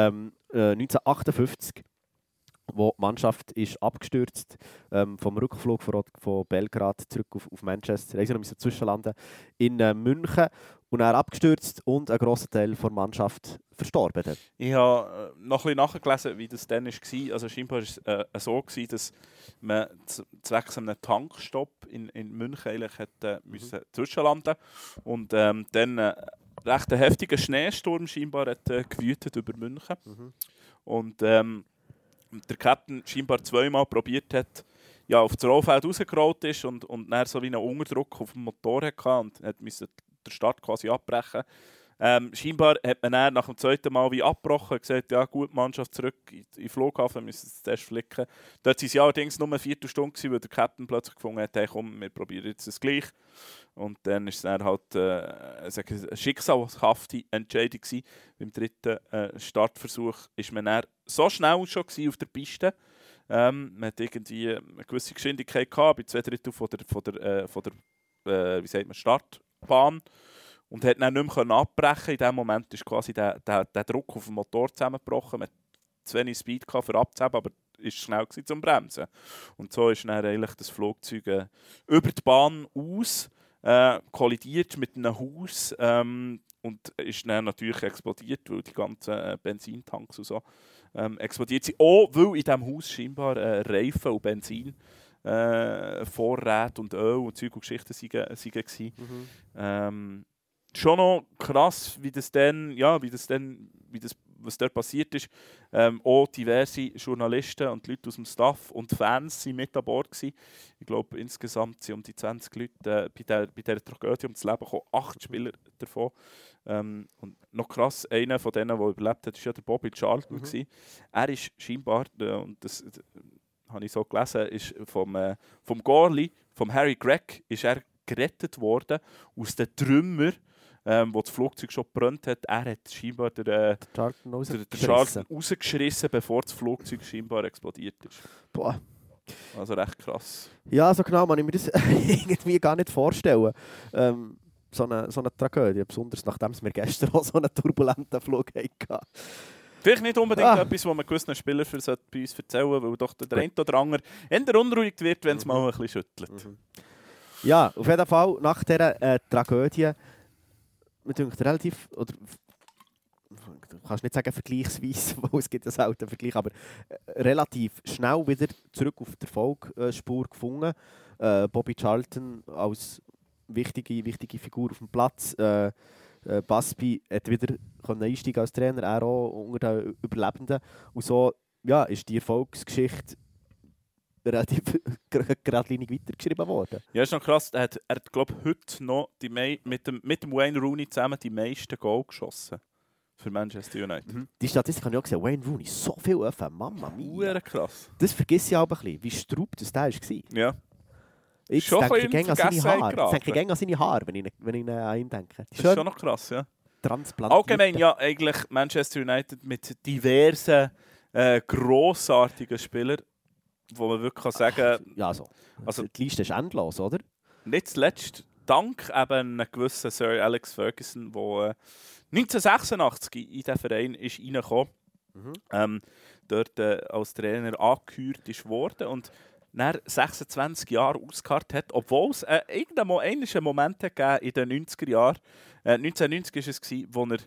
1958, wo die Mannschaft ist abgestürzt vom Rückflug von Belgrad zurück auf Manchester, also noch zwischenlanden in München und dann abgestürzt und ein grosser Teil der Mannschaft verstorben. Dann. Ich habe noch ein bisschen nachgelesen, wie das dann war. Also scheinbar war es so, dass man zwecks einem Tankstopp in München eigentlich müssen zwischenlanden und dann recht ein heftiger Schneesturm scheinbar hat gewütet über München. Und der Captain scheinbar zweimal probiert hat, ja, auf das Rollfeld rausgerollt ist und dann so wie einen Unterdruck auf dem Motor hatte und musste den Start quasi abbrechen. Scheinbar hat man dann nach dem zweiten Mal wie abgebrochen und gesagt, ja gut, Mannschaft zurück in den Flughafen, müssen es zuerst flicken. Dort waren sie allerdings nur eine Viertelstunde, weil der Captain plötzlich gefunden hat, hey komm, wir probieren jetzt das gleich. Und dann war es dann halt eine schicksalhafte Entscheidung gewesen. Beim dritten Startversuch war man dann so schnell schon auf der Piste. Man hat irgendwie eine gewisse Geschwindigkeit gehabt, bei 2/3 von der wie sagt man, Startbahn. Und hat dann nicht mehr abbrechen. In dem Moment ist quasi der Druck auf dem Motor zusammengebrochen. Man hatte zu wenig Speed für abzuheben, aber ist schnell zum Bremsen. Und so ist dann eigentlich das Flugzeug über die Bahn aus, kollidiert mit einem Haus und ist dann natürlich explodiert, weil die ganzen Benzintanks und so explodiert sind. Auch weil in diesem Haus scheinbar Reifen und Benzin Vorräte und Öl und Zeug und Geschichten waren. Schon noch krass, was dort passiert ist. Auch diverse Journalisten und Leute aus dem Staff und Fans waren mit an Bord gewesen. Ich glaube, insgesamt sind um die 20 Leute bei dieser Tragödie ums Leben gekommen, 8 Spieler davon. Und noch krass, einer von denen, der überlebt hat, war ja der Bobby Charlton gewesen. Er ist scheinbar, und das habe ich so gelesen, ist vom Goalie, vom Harry Gregg, ist er gerettet worden aus den Trümmern, wo das Flugzeug schon gebrannt hat. Er hat scheinbar den Charlton rausgeschissen, bevor das Flugzeug scheinbar explodiert ist. Boah. Also recht krass. Ja, so genau kann ich mir das irgendwie gar nicht vorstellen. So eine Tragödie, besonders nachdem wir gestern auch so einen turbulenten Flug hatten. Vielleicht nicht unbedingt etwas, was man gewissen Spielern bei uns erzählen sollte, weil doch der eine oder andere eher unruhig wird, wenn es mal ein bisschen schüttelt. Ja, auf jeden Fall, nach dieser Tragödie, man denkt relativ, oder du kannst nicht sagen vergleichsweise, weil es gibt einen selten Vergleich, aber relativ schnell wieder zurück auf die Erfolgsspur gefunden. Bobby Charlton als wichtige Figur auf dem Platz. Busby hat wieder einsteigen als Trainer, er auch unter den Überlebenden. Und so ja, ist die Erfolgsgeschichte relativ geradlinig weitergeschrieben worden. Ja, ist noch krass. Er hat glaube ich, heute noch mit dem Wayne Rooney zusammen die meisten Goal geschossen für Manchester United. Die Statistik habe ich auch gesehen. Wayne Rooney, so viel öffnen, Mama mia. Krass. Das vergesse ich auch ein bisschen, wie straub das der war. Ja. Ich denke an seine Haare. Ich denke an seine Haare, wenn ich an ihn denke. Das ist schon noch krass, ja. Transplantiert. Allgemein ja eigentlich Manchester United mit diversen grossartigen Spielern, wo man wirklich sagen kann, ja, so. Also die Liste ist endlos, oder? Nicht zuletzt dank eben einem gewissen Sir Alex Ferguson, der 1986 in diesen Verein ist reingekommen, dort als Trainer angeheuert ist worden und nach 26 Jahren ausgeharrt hat, obwohl es einen Moment gegeben in den 90er Jahren. 1990 war es, wo er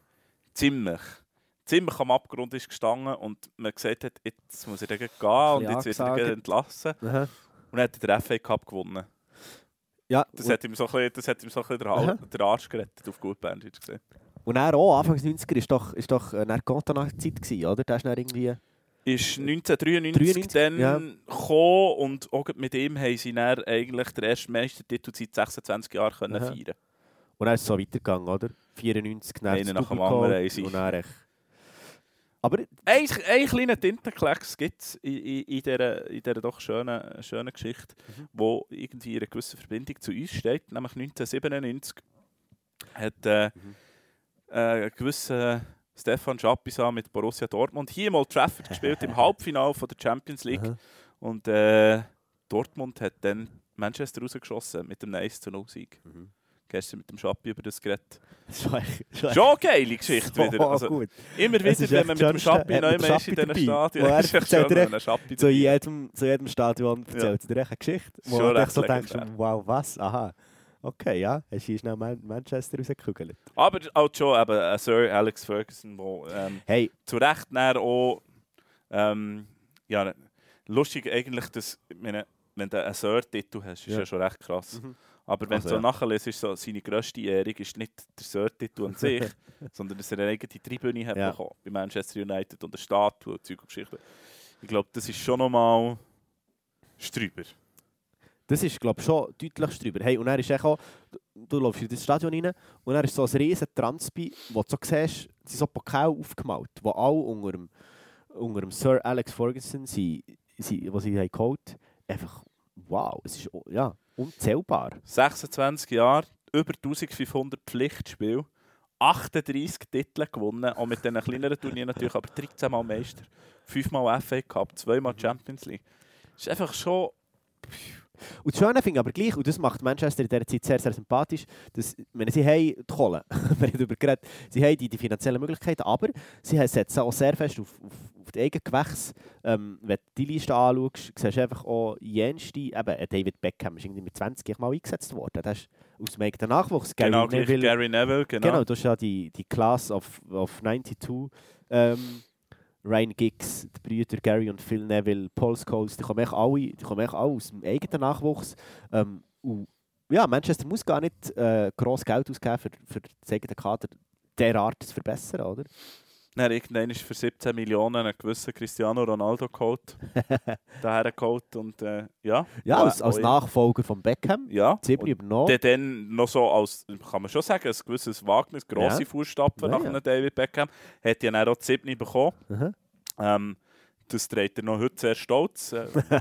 ziemlich am Abgrund ist gestanden und man gesagt hat, jetzt muss er gehen und jetzt wird er entlassen. Und dann hat er den FA Cup gewonnen. Ja, das hat ihm so ein bisschen den Arsch gerettet, auf gut Bandage gesehen. Und dann auch, Anfangs 90er ist doch eine Cantona-Zeit gewesen, oder? Das ist dann irgendwie... Ist 1993 dann gekommen und auch mit ihm haben sie dann eigentlich den ersten Meistertitel seit 26 Jahren können feiern. Und dann ist es so weitergegangen, oder? 94 nach dem anderen. Und dann Aber Ein kleiner Tintenklecks gibt es in dieser doch schönen Geschichte, wo irgendwie in einer gewissen Verbindung zu uns steht. Nämlich 1997 hat ein gewisser Stefan Schapisa mit Borussia Dortmund hier mal Trafford gespielt im Halbfinale von der Champions League. Und Dortmund hat dann Manchester rausgeschossen mit dem 1-0-Sieg. Gestern mit dem Schappi über das geredet. Schon eine geile Geschichte wieder. Also, gut. immer wieder, wenn man mit dem Schappi neu ist in diesen Stadien, ist echt schön, wenn ein Schappi zu jedem Stadion erzählt er eine Geschichte, wo du echt so denkst, wow, was? Aha. Okay, ja, hast du schnell Manchester rausgekugelt. Aber auch schon eben Sir Alex Ferguson, der zu Recht auch lustig eigentlich, dass, wenn du einen Sir-Titel hast, ist ja schon recht krass. Aber wenn du so nachliest, ist so, seine grösste Ehrung ist nicht der Sir-Titel an sich, sondern dass er eine eigene Tribüne hat bekommen bei Manchester United und eine Statue und Zeug und Geschichten. Ich glaube, das ist schon nochmal Strüber. Das ist, glaube ich, schon deutlich drüber. Hey, und er ist auch, du läufst in das Stadion rein und er ist so ein riesen Transpi, wo du so siehst, sind so Pokal aufgemalt, wo alle unter dem Sir Alex Ferguson wo sie geholt haben. Einfach, wow, es ist unzählbar. 26 Jahre, über 1500 Pflichtspiele, 38 Titel gewonnen, auch mit diesen kleineren Turnieren natürlich, aber 13 Mal Meister, 5 Mal FA Cup, 2 Mal Champions League. Das ist einfach schon... Und das Schöne finde ich aber gleich, und das macht Manchester in dieser Zeit sehr, sehr sympathisch, dass, wenn sie haben die Kohle, wir haben darüber geredet, sie haben die finanziellen Möglichkeiten, aber sie setzen auch sehr fest auf die eigenen Gewächse. Wenn du die Liste anschaust, siehst du einfach auch jenste, eben David Beckham ist irgendwie mit 20 Mal eingesetzt worden. Das ist aus dem eigenen Nachwuchs. Gary Neville. Genau, das ist ja die Class of 92. Ryan Giggs, die Brüder Gary und Phil Neville, Paul Scholes, die kommen echt alle aus dem eigenen Nachwuchs. Und ja, Manchester muss gar nicht gross Geld ausgeben, für das eigene Kader derart zu verbessern, oder? Dann irgendwann ist für 17 Millionen ein gewisser Cristiano Ronaldo geholt. Daher geholt und als Nachfolger von Beckham. Ja. Zibri übernommen. Der dann noch so als, kann man schon sagen, ein gewisses Wagnis, grosse Fußstapfen nach einem David Beckham. Hat ja dann auch Zibri bekommen. Das trägt er noch heute sehr stolz.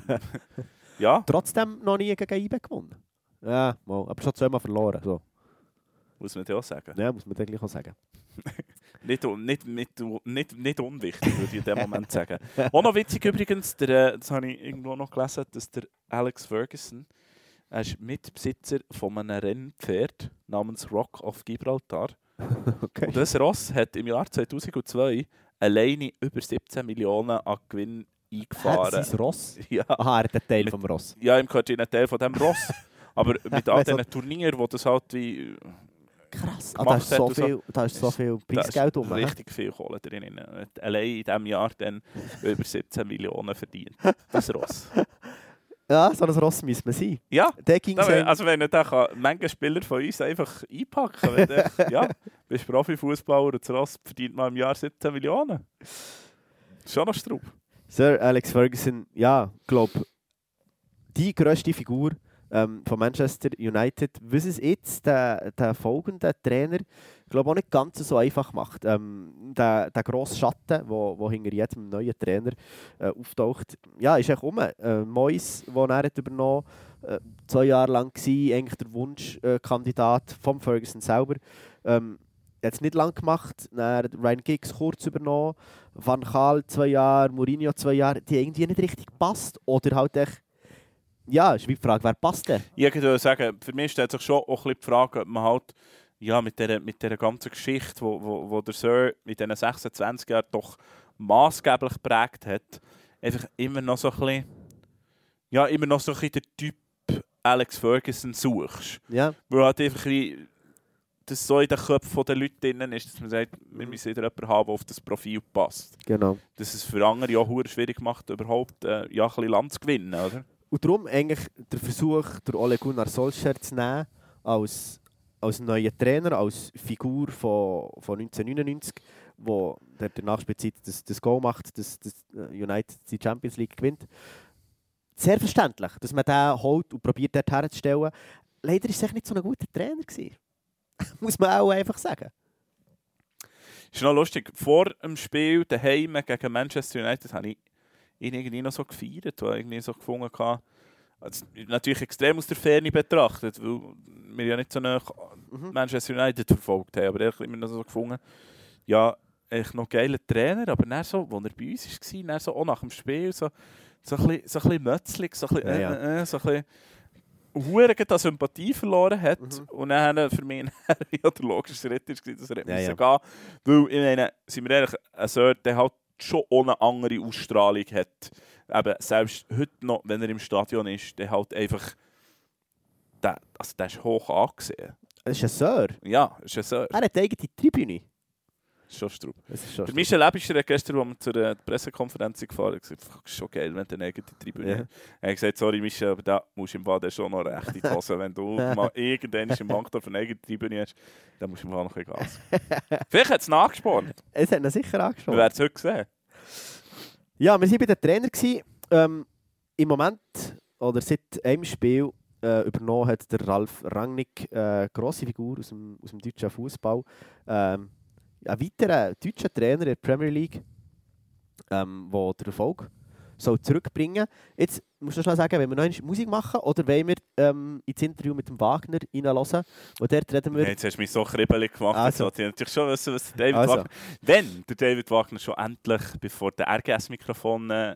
Ja. Trotzdem noch nie gegen IB gewonnen. Ja, aber schon zweimal verloren. So. Muss man ja auch sagen. Ja, muss man eigentlich auch sagen. Nicht unwichtig, würde ich in dem Moment sagen. Auch noch witzig übrigens, das habe ich irgendwo noch gelesen, dass der Alex Ferguson ist Mitbesitzer von einem Rennpferd namens Rock of Gibraltar. Okay. Und das Ross hat im Jahr 2002 alleine über 17 Millionen an Gewinn eingefahren. Hat sein Ross? Ja. Aha, er hat einen Teil vom Ross. Ja, ihm gehört ein Teil von dem Ross. Aber mit all diesen Turnieren, wo das halt wie... Krass, da ist so viel Preisgeld um. Richtig viel Kohle drin. Allein in diesem Jahr dann über 17 Millionen verdient. Das Ross. Ja, so ein Ross müssen wir sein. Ja, also wenn da manche Spieler von uns einfach einpacken, wenn du bist Profifußballer und das Ross verdient mal im Jahr 17 Millionen. Das ist schon noch Straub. Sir Alex Ferguson, ja, glaube die grösste Figur von Manchester United, was es jetzt der folgende Trainer glaube auch nicht ganz so einfach macht. Der grosse Schatten, der hinter jedem neuen Trainer auftaucht, ja, ist echt Moyes, den er hat übernommen hat, 2 Jahre lang war, eigentlich der Wunschkandidat von Ferguson selber. Hat es nicht lange gemacht, dann Ryan Giggs kurz übernommen, Van Gaal 2 Jahre, Mourinho 2 Jahre, die irgendwie nicht richtig passt oder halt echt. Ja, ist wie die Frage, wer passt denn? Ich würde sagen, für mich stellt sich schon auch ein bisschen die Frage, ob man halt mit dieser ganzen Geschichte, wo der Sir mit diesen 26 Jahren doch maßgeblich geprägt hat, einfach immer noch so ein bisschen, den Typ Alex Ferguson suchst. Ja. Weil halt einfach das so in den Köpfen der Leute drin ist, dass man sagt, wir müssen wieder jemanden haben, der auf das Profil passt. Genau. Dass es für andere auch verdammt schwierig macht, überhaupt ein bisschen Land zu gewinnen, oder? Und darum eigentlich der Versuch, der Ole Gunnar Solskjaer zu nehmen, als neuer Trainer, als Figur von 1999, wo der Nachspielzeit das Goal macht, dass United die Champions League gewinnt. Sehr verständlich, dass man den holt und probiert, dort herzustellen. Leider war es nicht so ein guter Trainer gewesen. Muss man auch einfach sagen. ist noch lustig, vor dem Spiel daheim gegen Manchester United habe ich ihn irgendwie noch so gefeiert, weil ich irgendwie so gefunden habe, also natürlich extrem aus der Ferne betrachtet, weil wir ja nicht so nah Manchester United verfolgt haben, aber ich habe immer noch so gefunden, ja, echt noch geiler Trainer, aber dann so, als er bei uns war, dann so auch nach dem Spiel so ein bisschen mötzlig, so ein bisschen, so ein bisschen verdammt an Sympathie verloren hat. Und dann für mich ja, der logische Schritt war, dass er gehen musste. Weil, ich meine, sind wir ehrlich, ein Sir, der halt schon ohne andere Ausstrahlung hat. Eben, selbst heute noch, wenn er im Stadion ist, der halt einfach, der ist hoch angesehen. Das ist ein Sir. Ja, ist ein Sir. Er hat eine eigene Tribüne. Schon Straub. Der Michel Lebischer hat gestern, als wir zur Pressekonferenz gefahren sind, gesagt, es ist schon geil, wenn du eine eigene Tribüne hast. Er hat gesagt, sorry Michel, aber da musst du im Fall schon noch recht in die Hose. Wenn du mal irgendwann im Bankdorf eine eigene Tribüne hast, dann musst du im Fall noch ein bisschen Gas. Vielleicht hat es nachgespornt. Es hat ihn sicher angesprochen. Wir werden es heute sehen. Ja, wir waren bei den Trainer. Im Moment, oder seit einem Spiel, übernommen hat der Ralf Rangnick eine grosse Figur aus dem deutschen Fußball. Ein weiterer deutscher Trainer in der Premier League, der den Erfolg soll zurückbringen. Jetzt musst du schnell sagen, wenn wir noch Musik machen oder wollen wir ins Interview mit dem Wagner reinhören, wo dort reden wir... Jetzt hast du mich so kribbelig gemacht. Also. Ich natürlich schon wissen, was der David Wagner... Wenn der David Wagner schon endlich, bevor der RGS-Mikrofon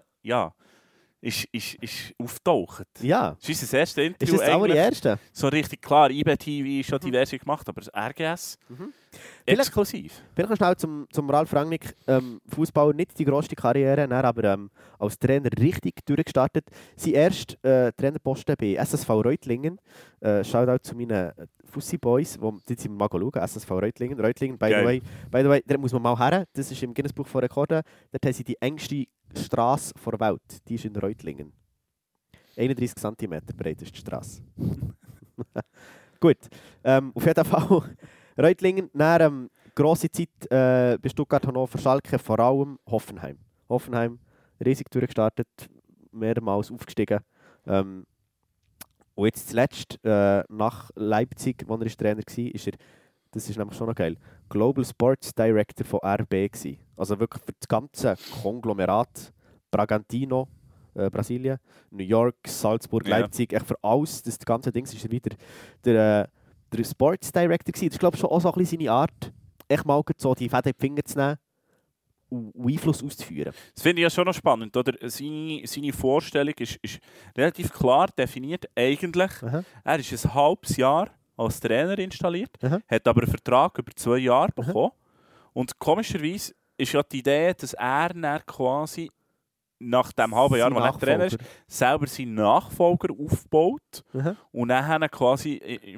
ist auftaucht. Ja. Das ist unser erstes Interview. Ist das allererste? So richtig klar, IBTV ist schon diverse gemacht, aber das RGS exklusiv. Vielleicht noch schnell zum Ralf Rangnick. Fußballer nicht die grösste Karriere, aber als Trainer richtig durchgestartet. Sein erster Trainerposten bei SSV Reutlingen. Shoutout zu meinen Fussi-Boys, die sind mal schauen. SSV Reutlingen. Reutlingen, by the way, da muss man mal her. Das ist im Guinness-Buch von Rekorden. Dort haben sie die engste Straße der Welt. Die ist in Reutlingen. 31 cm breit ist die Straße. Gut. Auf jeden Fall Reutlingen. Dann grosse Zeit bei Stuttgart, Hannover, Schalke, vor allem Hoffenheim. Hoffenheim riesig durchgestartet, mehrmals aufgestiegen. Und jetzt zuletzt, nach Leipzig, wo er Trainer war, ist er, das ist nämlich schon noch geil, Global Sports Director von RB gewesen. Also wirklich für das ganze Konglomerat, Bragantino, Brasilien, New York, Salzburg, Leipzig, echt für alles, das ganze Ding ist er wieder der Sports Director gewesen. Das ist, glaube ich, schon auch so ein bisschen seine Art, echt mal so die Fäden in die Finger zu nehmen und Einfluss auszuführen. Das finde ich ja schon noch spannend, oder? Seine Vorstellung ist relativ klar definiert. Eigentlich, er ist ein halbes Jahr als Trainer installiert, hat aber einen Vertrag über 2 Jahre bekommen. Und komischerweise ist ja die Idee, dass er dann quasi nach dem halben Jahr, wo er Trainer ist, selber seinen Nachfolger aufbaut und dann quasi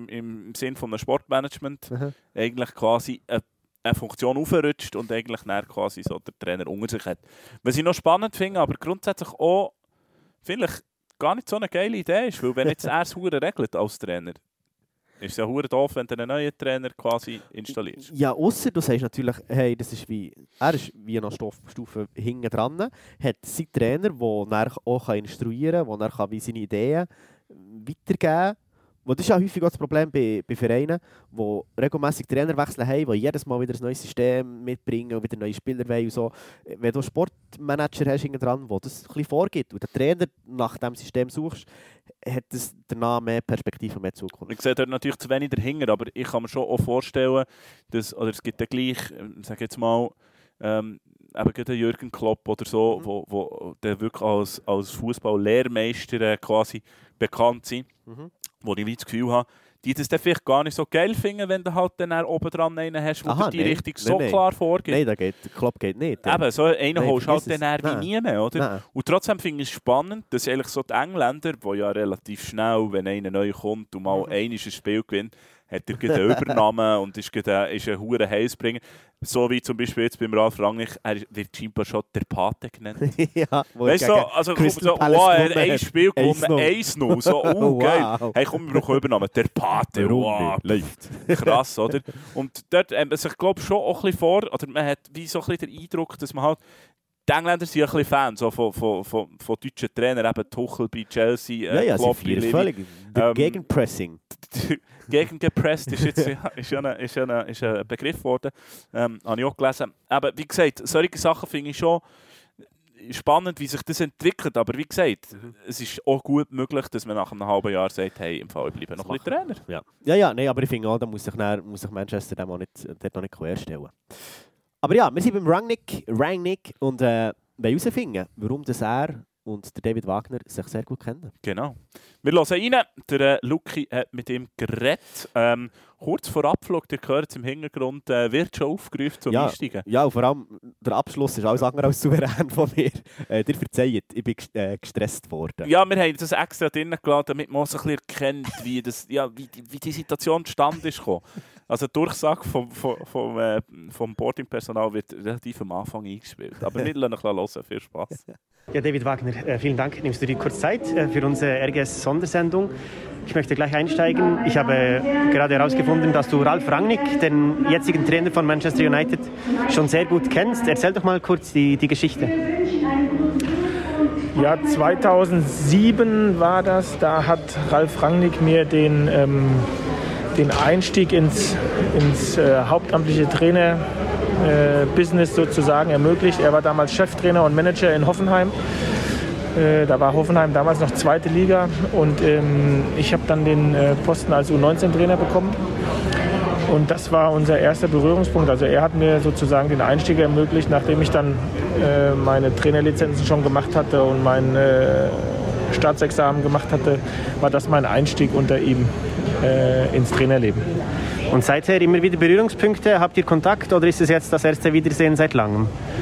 im Sinne von einem Sportmanagement eigentlich quasi eine Funktion aufrutscht und eigentlich dann quasi so der Trainer unter sich hat. Was ich noch spannend finde, aber grundsätzlich auch vielleicht gar nicht so eine geile Idee ist, weil wenn jetzt er es regelt als Trainer, ist es ja verdammt doof, wenn du einen neuen Trainer quasi installierst. Ja, ausser du sagst natürlich, hey, das ist er ist wie eine Stufe hinten dran, hat seinen Trainer, der er auch instruieren kann, der er wie seine Ideen weitergeben kann. Das ist ja häufig auch das Problem bei Vereinen, die regelmässig Trainerwechsel haben, die jedes Mal wieder ein neues System mitbringen und wieder neue Spieler wollen und so. Wenn du einen Sportmanager hast hinten dran, der das ein bisschen vorgibt und der Trainer nach diesem System suchst, hat es danach mehr Perspektive und mehr Zukunft. Ich sehe dort natürlich zu wenig dahinter, aber ich kann mir schon auch vorstellen, dass, oder es gibt ja gleich, sage jetzt mal, eben gerade Jürgen Klopp oder so, wo der wirklich als Fußball-Lehrmeister quasi bekannt sind, wo ich das Gefühl habe, die das dann vielleicht gar nicht so geil finden, wenn du halt dann oben dran einen hast, der die Richtung so klar vorgibt. Nein, der Klopp geht nicht. Eben, so einen holst halt dann wie nie mehr, oder? Nein. Und trotzdem finde ich es spannend, dass eigentlich so die Engländer, die ja relativ schnell, wenn einer neu kommt und mal ein Spiel gewinnt, hat er eine Übernahme und ist ein hoher Heilsbringer. So wie zum Beispiel jetzt beim Ralf Rangnick, er wird scheinbar schon der Pate genannt. Ja, weißt du, also so, wow, er hat ein Spiel gewonnen, 1-0, so, geil. Hey, komm, wir brauchen Übernahme, der Pate, wow, läuft. Krass, oder? Und dort, also ich glaube schon auch ein bisschen oder man hat wie so ein bisschen den Eindruck, dass man halt Die Engländer sind ein bisschen Fans so von deutschen Trainern, eben Tuchel bei Chelsea. Sie feiern völlig. Gegenpressing. Gegengepresst ist jetzt ist ein Begriff geworden. Habe ich auch gelesen. Aber wie gesagt, solche Sachen finde ich schon spannend, wie sich das entwickelt. Aber wie gesagt, es ist auch gut möglich, dass man nach einem halben Jahr sagt, hey, im Fall bleiben noch ein bisschen Trainer. Nein, aber ich finde auch, da muss sich Manchester dem auch nicht querstellen. Aber ja, wir sind beim Rangnick und wollen herausfinden, warum das er und der David Wagner sich sehr gut kennen. Genau. Wir hören rein. Der Luki hat mit ihm geredet. Kurz vor Abflug, ihr hört es im Hintergrund, wird schon aufgerufen zum Einsteigen. Ja, und vor allem der Abschluss ist alles andere als souverän von mir. Dir verzeiht, ich bin gestresst worden. Ja, wir haben das extra drinnen gelassen, damit man so ein bisschen erkennt, wie die Situation zustande ist gekommen. Also die Durchsage vom Boarding-Personal wird relativ am Anfang eingespielt. Aber wir lassen hören. Viel Spaß. Ja, David Wagner, vielen Dank. Nimmst du dir kurz Zeit für unsere RGS-Sondersendung? Ich möchte gleich einsteigen. Ich habe gerade herausgefunden, dass du Ralf Rangnick, den jetzigen Trainer von Manchester United, schon sehr gut kennst. Erzähl doch mal kurz die Geschichte. Ja, 2007 war das. Da hat Ralf Rangnick mir den Einstieg ins hauptamtliche Trainer-Business sozusagen ermöglicht. Er war damals Cheftrainer und Manager in Hoffenheim. Da war Hoffenheim damals noch zweite Liga und ich habe dann den Posten als U19-Trainer bekommen. Und das war unser erster Berührungspunkt. Also er hat mir sozusagen den Einstieg ermöglicht, nachdem ich dann meine Trainerlizenzen schon gemacht hatte und mein Staatsexamen gemacht hatte, war das mein Einstieg unter ihm ins Trainerleben. Und seither immer wieder Berührungspunkte? Habt ihr Kontakt oder ist es jetzt das erste Wiedersehen seit langem?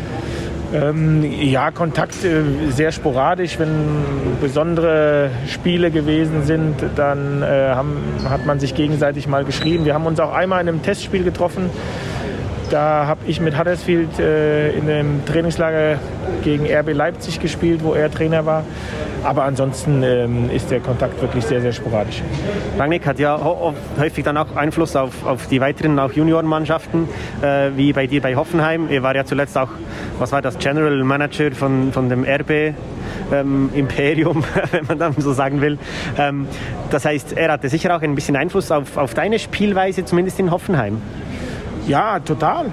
Ja, Kontakt sehr sporadisch. Wenn besondere Spiele gewesen sind, dann hat man sich gegenseitig mal geschrieben. Wir haben uns auch einmal in einem Testspiel getroffen. Da habe ich mit Huddersfield in einem Trainingslager gegen RB Leipzig gespielt, wo er Trainer war. Aber ansonsten ist der Kontakt wirklich sehr, sehr sporadisch. Rangnick hat ja häufig dann auch Einfluss auf die weiteren auch Juniorenmannschaften, wie bei dir bei Hoffenheim. Er war ja zuletzt auch, was war das, General Manager von dem RB Imperium, wenn man dann so sagen will. Das heißt, er hatte sicher auch ein bisschen Einfluss auf deine Spielweise, zumindest in Hoffenheim. Ja, total.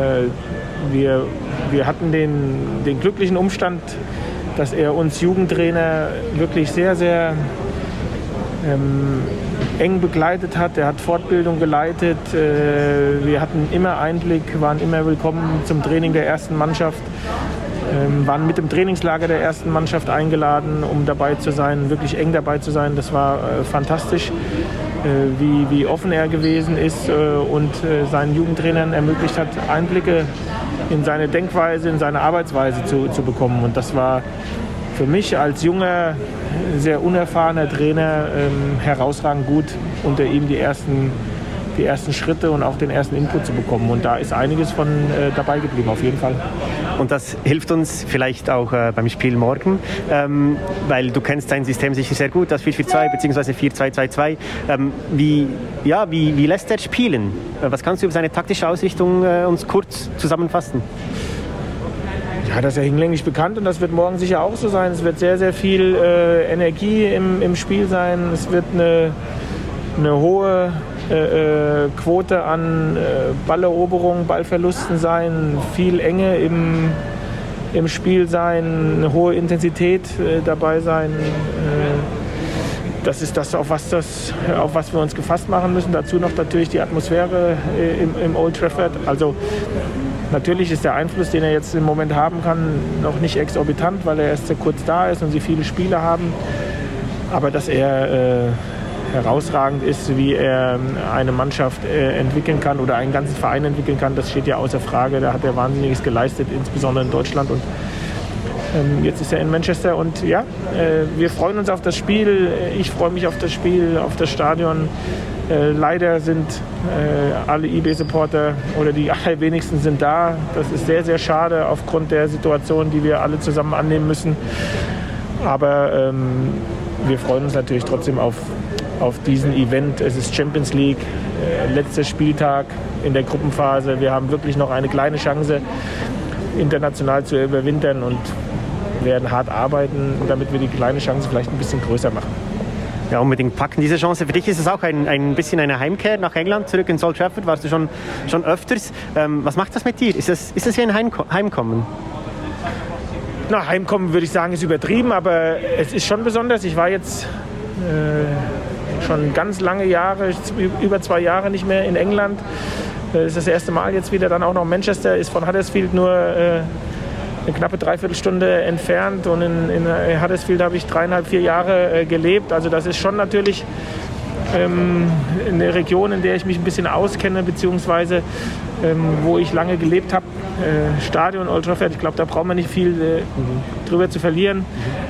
Wir hatten den glücklichen Umstand, dass er uns Jugendtrainer wirklich sehr, sehr eng begleitet hat. Er hat Fortbildung geleitet. Wir hatten immer Einblick, waren immer willkommen zum Training der ersten Mannschaft. Waren mit dem Trainingslager der ersten Mannschaft eingeladen, um dabei zu sein, wirklich eng dabei zu sein. Das war fantastisch, wie offen er gewesen ist und seinen Jugendtrainern ermöglicht hat, Einblicke in seine Denkweise, in seine Arbeitsweise zu bekommen. Und das war für mich als junger, sehr unerfahrener Trainer herausragend gut, unter ihm die ersten Schritte und auch den ersten Input zu bekommen. Und da ist einiges von dabei geblieben, auf jeden Fall. Und das hilft uns vielleicht auch beim Spiel morgen, weil du kennst sein System sicher sehr gut, das 4-4-2 bzw. 4-2-2-2. Wie lässt er spielen? Was kannst du über seine taktische Ausrichtung uns kurz zusammenfassen? Ja, das ist ja hinlänglich bekannt und das wird morgen sicher auch so sein. Es wird sehr, sehr viel Energie im Spiel sein. Es wird eine hohe Quote an Balleroberung, Ballverlusten sein, viel Enge im Spiel sein, eine hohe Intensität dabei sein. Das ist das, auf was wir uns gefasst machen müssen. Dazu noch natürlich die Atmosphäre im Old Trafford. Also natürlich ist der Einfluss, den er jetzt im Moment haben kann, noch nicht exorbitant, weil er erst sehr kurz da ist und sie viele Spiele haben. Aber dass er herausragend ist, wie er eine Mannschaft entwickeln kann oder einen ganzen Verein entwickeln kann, das steht ja außer Frage. Da hat er Wahnsinniges geleistet, insbesondere in Deutschland. Und jetzt ist er in Manchester und ja, wir freuen uns auf das Spiel. Ich freue mich auf das Spiel, auf das Stadion. Leider sind alle IB-Supporter oder die allerwenigsten sind da. Das ist sehr, sehr schade aufgrund der Situation, die wir alle zusammen annehmen müssen. Aber wir freuen uns natürlich trotzdem auf diesen Event. Es ist Champions League, letzter Spieltag in der Gruppenphase. Wir haben wirklich noch eine kleine Chance international zu überwintern und werden hart arbeiten, damit wir die kleine Chance vielleicht ein bisschen größer machen. Ja, unbedingt packen diese Chance. Für dich ist es auch ein bisschen eine Heimkehr nach England, zurück in Old Trafford. Warst du schon öfters. Was macht das mit dir? Ist das wie ein Heimkommen? Na, Heimkommen würde ich sagen, ist übertrieben, aber es ist schon besonders. Ich war jetzt schon ganz lange Jahre, über 2 Jahre nicht mehr in England. Das ist das erste Mal jetzt wieder, dann auch noch Manchester, ist von Huddersfield nur eine knappe Dreiviertelstunde entfernt und in Huddersfield habe ich 3,5-4 Jahre gelebt. Also das ist schon natürlich eine Region, in der ich mich ein bisschen auskenne, beziehungsweise wo ich lange gelebt habe. Stadion Old Trafford, ich glaube, da braucht man nicht viel drüber zu verlieren.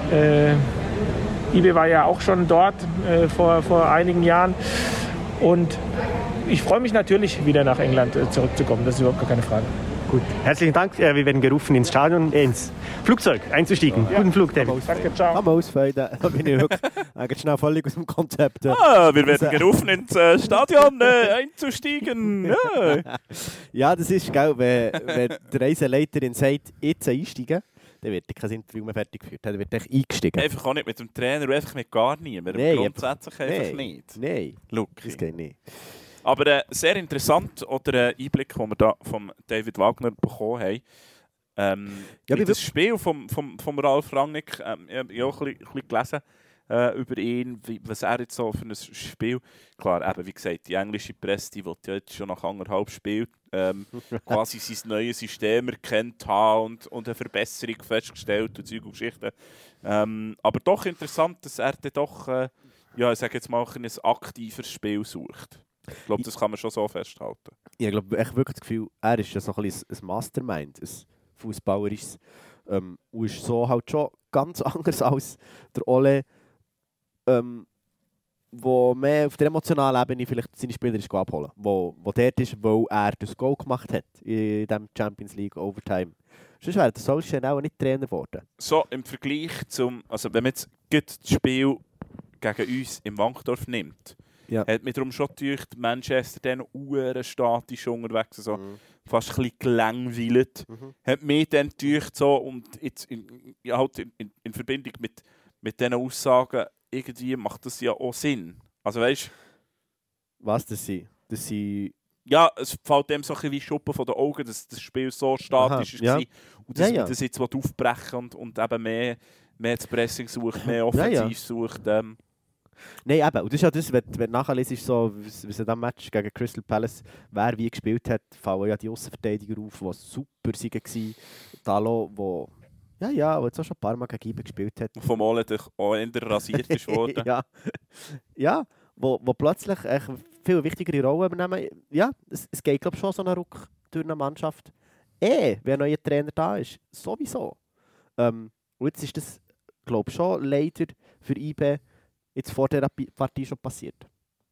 Ibe war ja auch schon dort vor einigen Jahren und ich freue mich natürlich, wieder nach England zurückzukommen. Das ist überhaupt gar keine Frage. Gut, herzlichen Dank. Wir werden gerufen, ins Stadion, ins Flugzeug einzusteigen. Ja. Guten Flug, David. Danke, ciao. Kann man ausfallen. Da bin ich wirklich schnell völlig aus dem Konzept. Wir werden gerufen, ins Stadion einzusteigen. Ja. Ja, das ist, gell, wenn der Reiseleiterin sagt, jetzt einsteigen, dann wird kein Interview mehr fertig geführt. Dann wird eingestiegen. Einfach auch nicht mit dem Trainer, einfach mit gar niemandem. Nee, Grundsätzlich einfach nicht. Nein, Luki. das geht nicht. Aber sehr interessant, oder ein Einblick, den wir da von David Wagner bekommen haben. Das Spiel vom Ralf Rangnick, ich habe auch ein bisschen gelesen über ihn, was er jetzt so für ein Spiel... Klar, eben, wie gesagt, die englische Presse, die will ja jetzt schon nach 1,5 Spielen quasi sein neues System erkennt haben und eine Verbesserung festgestellt und Zeug und Geschichten. Aber doch interessant, dass er dann doch, ich sage jetzt mal, ein aktiveres Spiel sucht. Ich glaube, das kann man schon so festhalten. Ich glaube, ich wirklich das Gefühl, er ist ja so ein bisschen ein Mastermind, ein fußballerisches. Und ist so halt schon ganz anders als der Ole, wo mehr auf der emotionalen Ebene vielleicht seine Spieler ist abholen, wo dort ist, wo er das Goal gemacht hat in diesem Champions League Overtime. Sonst wäre der Solskjaer auch nicht Trainer geworden. So im Vergleich zum, also wenn man jetzt das Spiel gegen uns im Wankdorf nimmt, hat mir darum schon gedacht, Manchester dann statisch unterwegs, so fast ein bisschen gelangweilt. Hat mir dann gedacht, so, und jetzt in Verbindung mit diesen Aussagen, irgendwie macht das ja auch Sinn. Also weißt du? Was das sie? Ja, es fällt dem so ein bisschen wie Schuppen von den Augen, dass das Spiel so statisch war. Und dass man das jetzt aufbrechen und eben mehr das Pressing sucht, mehr offensiv sucht. Nein, eben. Und das ist ja das, wenn du nachliest, so, wie es in diesem Match gegen Crystal Palace, wer wie gespielt hat, fallen ja die Aussenverteidiger auf, die super waren. Dalo, wo jetzt auch schon ein paar Mal gegen Ibe gespielt hat. Vom Mal auch eher rasiert ist worden. ja, wo plötzlich viel wichtigere Rollen übernehmen. Ja, es geht, glaube ich, schon so einen Ruck durch eine Mannschaft. Wenn ein neuer Trainer da ist, sowieso. Und jetzt ist das, glaube ich, schon leider für Ibe jetzt vor dieser Partie schon passiert.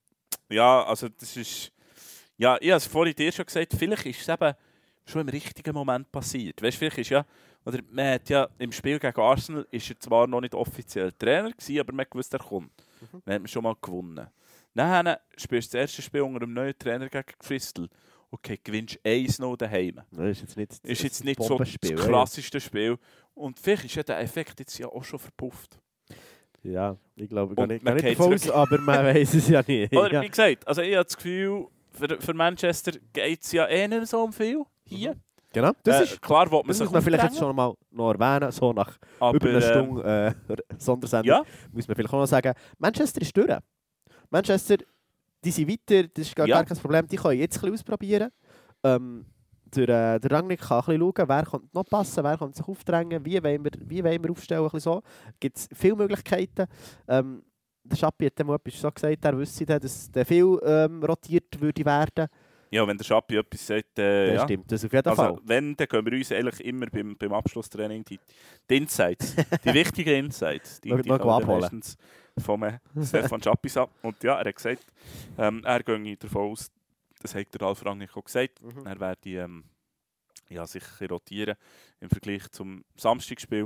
Ja, also das ist... Ja, ich habe es vorhin dir schon gesagt, vielleicht ist es eben schon im richtigen Moment passiert. Weißt, vielleicht ist oder man hat ja im Spiel gegen Arsenal ist er zwar noch nicht offiziell Trainer gewesen, aber man wusste, er kommt. Dann hat man schon mal gewonnen. Dann spielst du das erste Spiel unter einem neuen Trainer gegen Crystal. Okay, gewinnst 1-0 daheim. Das ist jetzt nicht so das krasseste Spiel. Und vielleicht ist ja der Effekt jetzt ja auch schon verpufft. Ja, ich glaube gar nicht davon aus, aber man weiß es ja nicht. Oder wie gesagt, also ich habe das Gefühl, für Manchester geht es ja nicht so um viel hier. Genau, das ist klar, das muss man vielleicht jetzt schon mal noch erwähnen, so nach über einer Stunde Sondersendung, muss man vielleicht auch noch sagen, Manchester ist durch. Manchester, die sind weiter, das ist gar kein Problem, die können jetzt ein bisschen ausprobieren. Der Rangnick kann ein bisschen schauen, wer kommt noch passen, wer kommt sich aufdrängen, wie wollen wir aufstellen, ein bisschen so. Gibt es viele Möglichkeiten. Der Schappi hat dem etwas so gesagt, er wüsste, dass der viel rotiert würde werden. Ja, wenn der Schappi etwas sagt, ja. Stimmt, das auf jeden Fall. Wenn, dann können wir uns eigentlich immer beim Abschlusstraining die Insights, die wichtigen Insights, die noch meistens von Stefan Schappi ab. Und ja, er hat gesagt, er gehe davon aus, das hat der Ralf Rangnick auch gesagt, er werde sicher rotieren im Vergleich zum Samstagspiel.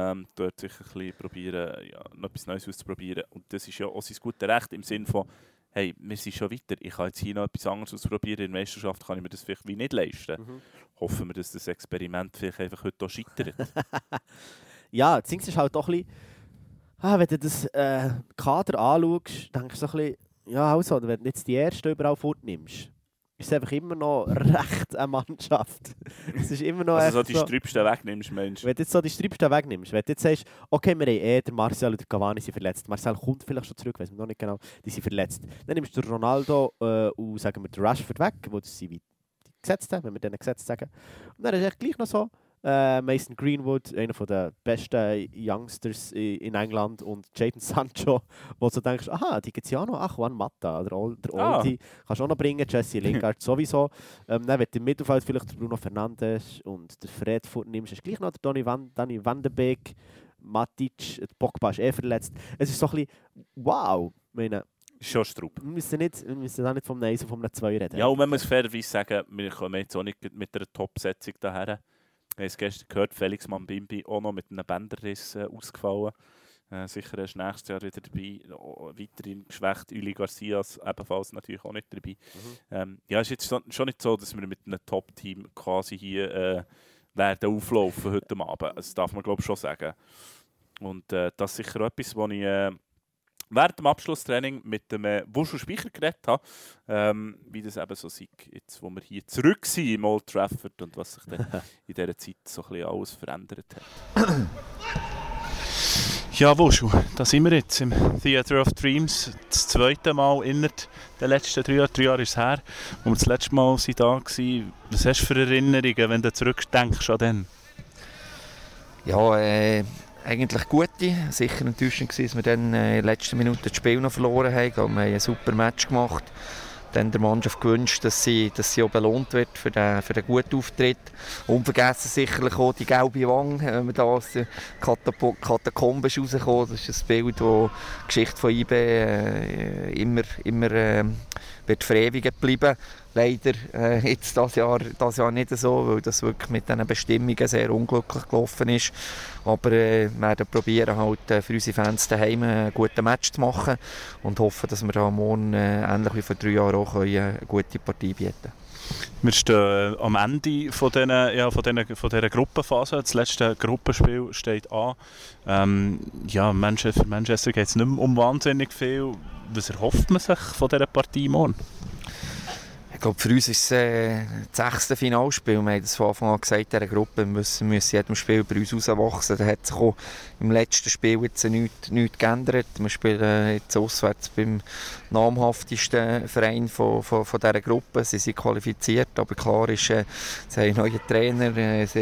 Dort sicher ein bisschen probieren, noch etwas Neues auszuprobieren. Und das ist ja auch sein gutes Recht im Sinne von, hey, wir sind schon weiter, ich kann jetzt hier noch etwas anderes ausprobieren, in der Meisterschaft kann ich mir das vielleicht wie nicht leisten. Hoffen wir, dass das Experiment vielleicht einfach heute auch scheitert. Ja, das Ding ist halt doch ein bisschen, wenn du das Kader anschaust, denkst du so ein bisschen, ja also, wenn du jetzt die Ersten überall fortnimmst, ist es einfach immer noch recht eine Mannschaft. Es ist immer noch also so die Sträubsten wegnimmst, Mensch. Wenn du jetzt so die Sträubsten wegnimmst, wenn du jetzt sagst, okay, wir haben der Martial und der Cavani sind verletzt. Martial kommt vielleicht schon zurück, weiss man noch nicht genau, die sind verletzt. Dann nimmst du Ronaldo und sagen wir den Rashford weg, wo sie wie die Gesetzten, wenn wir denen Gesetze sagen. Und dann ist es gleich noch so, Mason Greenwood, einer der besten Youngsters in England, und Jadon Sancho, wo du denkst, aha, die gibt es ja auch noch, ach, Juan Mata, der Oldie, kannst du auch noch bringen, Jesse Lingard sowieso. Dann, wenn du im Mittelfeld vielleicht Bruno Fernandes und der Fred vornimmst, hast du gleich noch den Danny van de Beek, Matic, Pogba ist verletzt. Es ist so ein bisschen, wow, ich meine, schon Straub. Wir müssen auch nicht vom 1 und vom 2 reden. Ja, und man muss fairerweise sagen, wir kommen jetzt auch nicht mit einer Top-Setzung daher. Wir haben es gestern gehört, Felix Mambimbi auch noch mit einem Bänderriss ausgefallen. Sicher erst nächstes Jahr wieder dabei. Weiterhin geschwächt. Uli Garcias ebenfalls natürlich auch nicht dabei. Ja, es ist jetzt schon nicht so, dass wir mit einem Top-Team quasi hier werden auflaufen heute Abend. Das darf man, glaube ich, schon sagen. Und das ist sicher etwas, was ich während dem Abschlusstraining mit dem Wuschu Speicher geredet habe, wie das eben so sei, jetzt, wo wir hier zurück sind im Old Trafford und was sich dann in dieser Zeit so ein bisschen alles verändert hat. Ja, Wuschu, da sind wir jetzt im Theatre of Dreams, das zweite Mal innerhalb der letzten 3 Jahre. 3 Jahre ist es her, wo wir das letzte Mal da waren. Was hast du für Erinnerungen, wenn du zurückdenkst an den? Ja, eigentlich gute. Sicher enttäuschend war, dass wir dann in der letzten Minute das Spiel noch verloren haben. Wir haben ein super Match gemacht. Dann der Mannschaft gewünscht, dass sie auch belohnt wird für den guten Auftritt. Unvergessen sicherlich auch die gelbe Wange, wenn wir da aus den Katakomben rauskommen. Das ist ein Bild, das die Geschichte von IB immer wird verewigt bleiben. Leider jetzt das Jahr nicht so, weil das wirklich mit diesen Bestimmungen sehr unglücklich gelaufen ist. Aber wir werden probieren, halt, für unsere Fans daheim einen guten Match zu machen und hoffen, dass wir da morgen ähnlich wie vor 3 Jahren auch eine gute Partie bieten können. Wir stehen am Ende von dieser Gruppenphase. Das letzte Gruppenspiel steht an. Für Manchester geht es nicht mehr um wahnsinnig viel. Was erhofft man sich von dieser Partie morgen? Ich glaube, für uns ist es das 6. Finalspiel. Wir haben das von Anfang an gesagt, in dieser Gruppe müssen jedem Spiel bei uns rauswachsen. Da hat sich auch im letzten Spiel jetzt nichts geändert. Wir spielen jetzt auswärts beim namhaftesten Verein von dieser Gruppe. Sie sind qualifiziert, aber klar ist, sie haben einen neuen Trainer.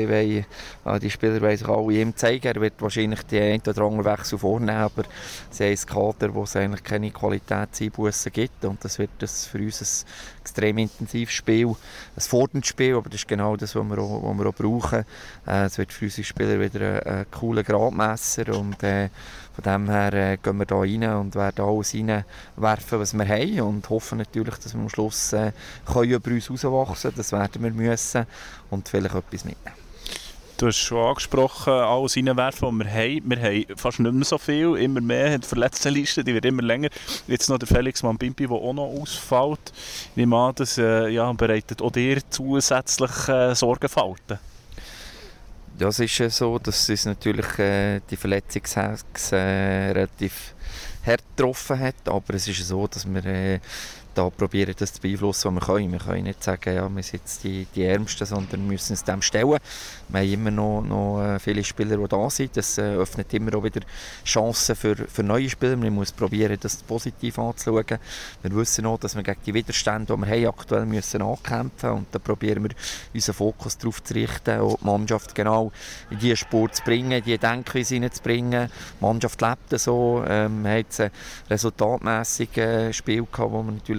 Die Spieler wollen sich alle ihm zeigen. Er wird wahrscheinlich die ein oder andere Wechsel vornehmen, aber sie haben ein Kader, wo es eigentlich keine Qualitätseinbussen gibt. Und das wird für uns ein extrem intensives Spiel, ein forderndes Spiel, aber das ist genau das, was wir auch brauchen. Es wird für unsere Spieler wieder ein cooler Gradmesser und von dem her gehen wir da rein und werden alles reinwerfen, was wir haben und hoffen natürlich, dass wir am Schluss über uns rauswachsen können. Das werden wir müssen und vielleicht etwas mitnehmen. Du hast schon angesprochen, alles reinwerfen, was wir haben. Wir haben fast nicht mehr so viel, immer mehr. Die Verletztenliste, die wird immer länger. Jetzt noch der Felix Mambimbi, der auch noch ausfällt. Ich nehme an, das bereitet auch dir zusätzlich Sorgenfalten. Ja, es ist so, dass uns natürlich die Verletzungshexe relativ hart getroffen hat. Aber es ist so, dass wir da probieren, das zu beeinflussen, was wir können. Wir können nicht sagen, ja, wir sind jetzt die Ärmsten, sondern müssen uns dem stellen. Wir haben immer noch viele Spieler, die da sind. Das öffnet immer auch wieder Chancen für neue Spieler. Man muss probieren, das positiv anzuschauen. Wir wissen auch, dass wir gegen die Widerstände, die wir haben, aktuell müssen ankämpfen. Und da probieren wir, unseren Fokus darauf zu richten, auch die Mannschaft genau in diese Spur zu bringen, in diese Denkweise hineinzubringen. Die Mannschaft lebt so. Wir haben jetzt ein resultatmässiges Spiel gehabt, wo wir natürlich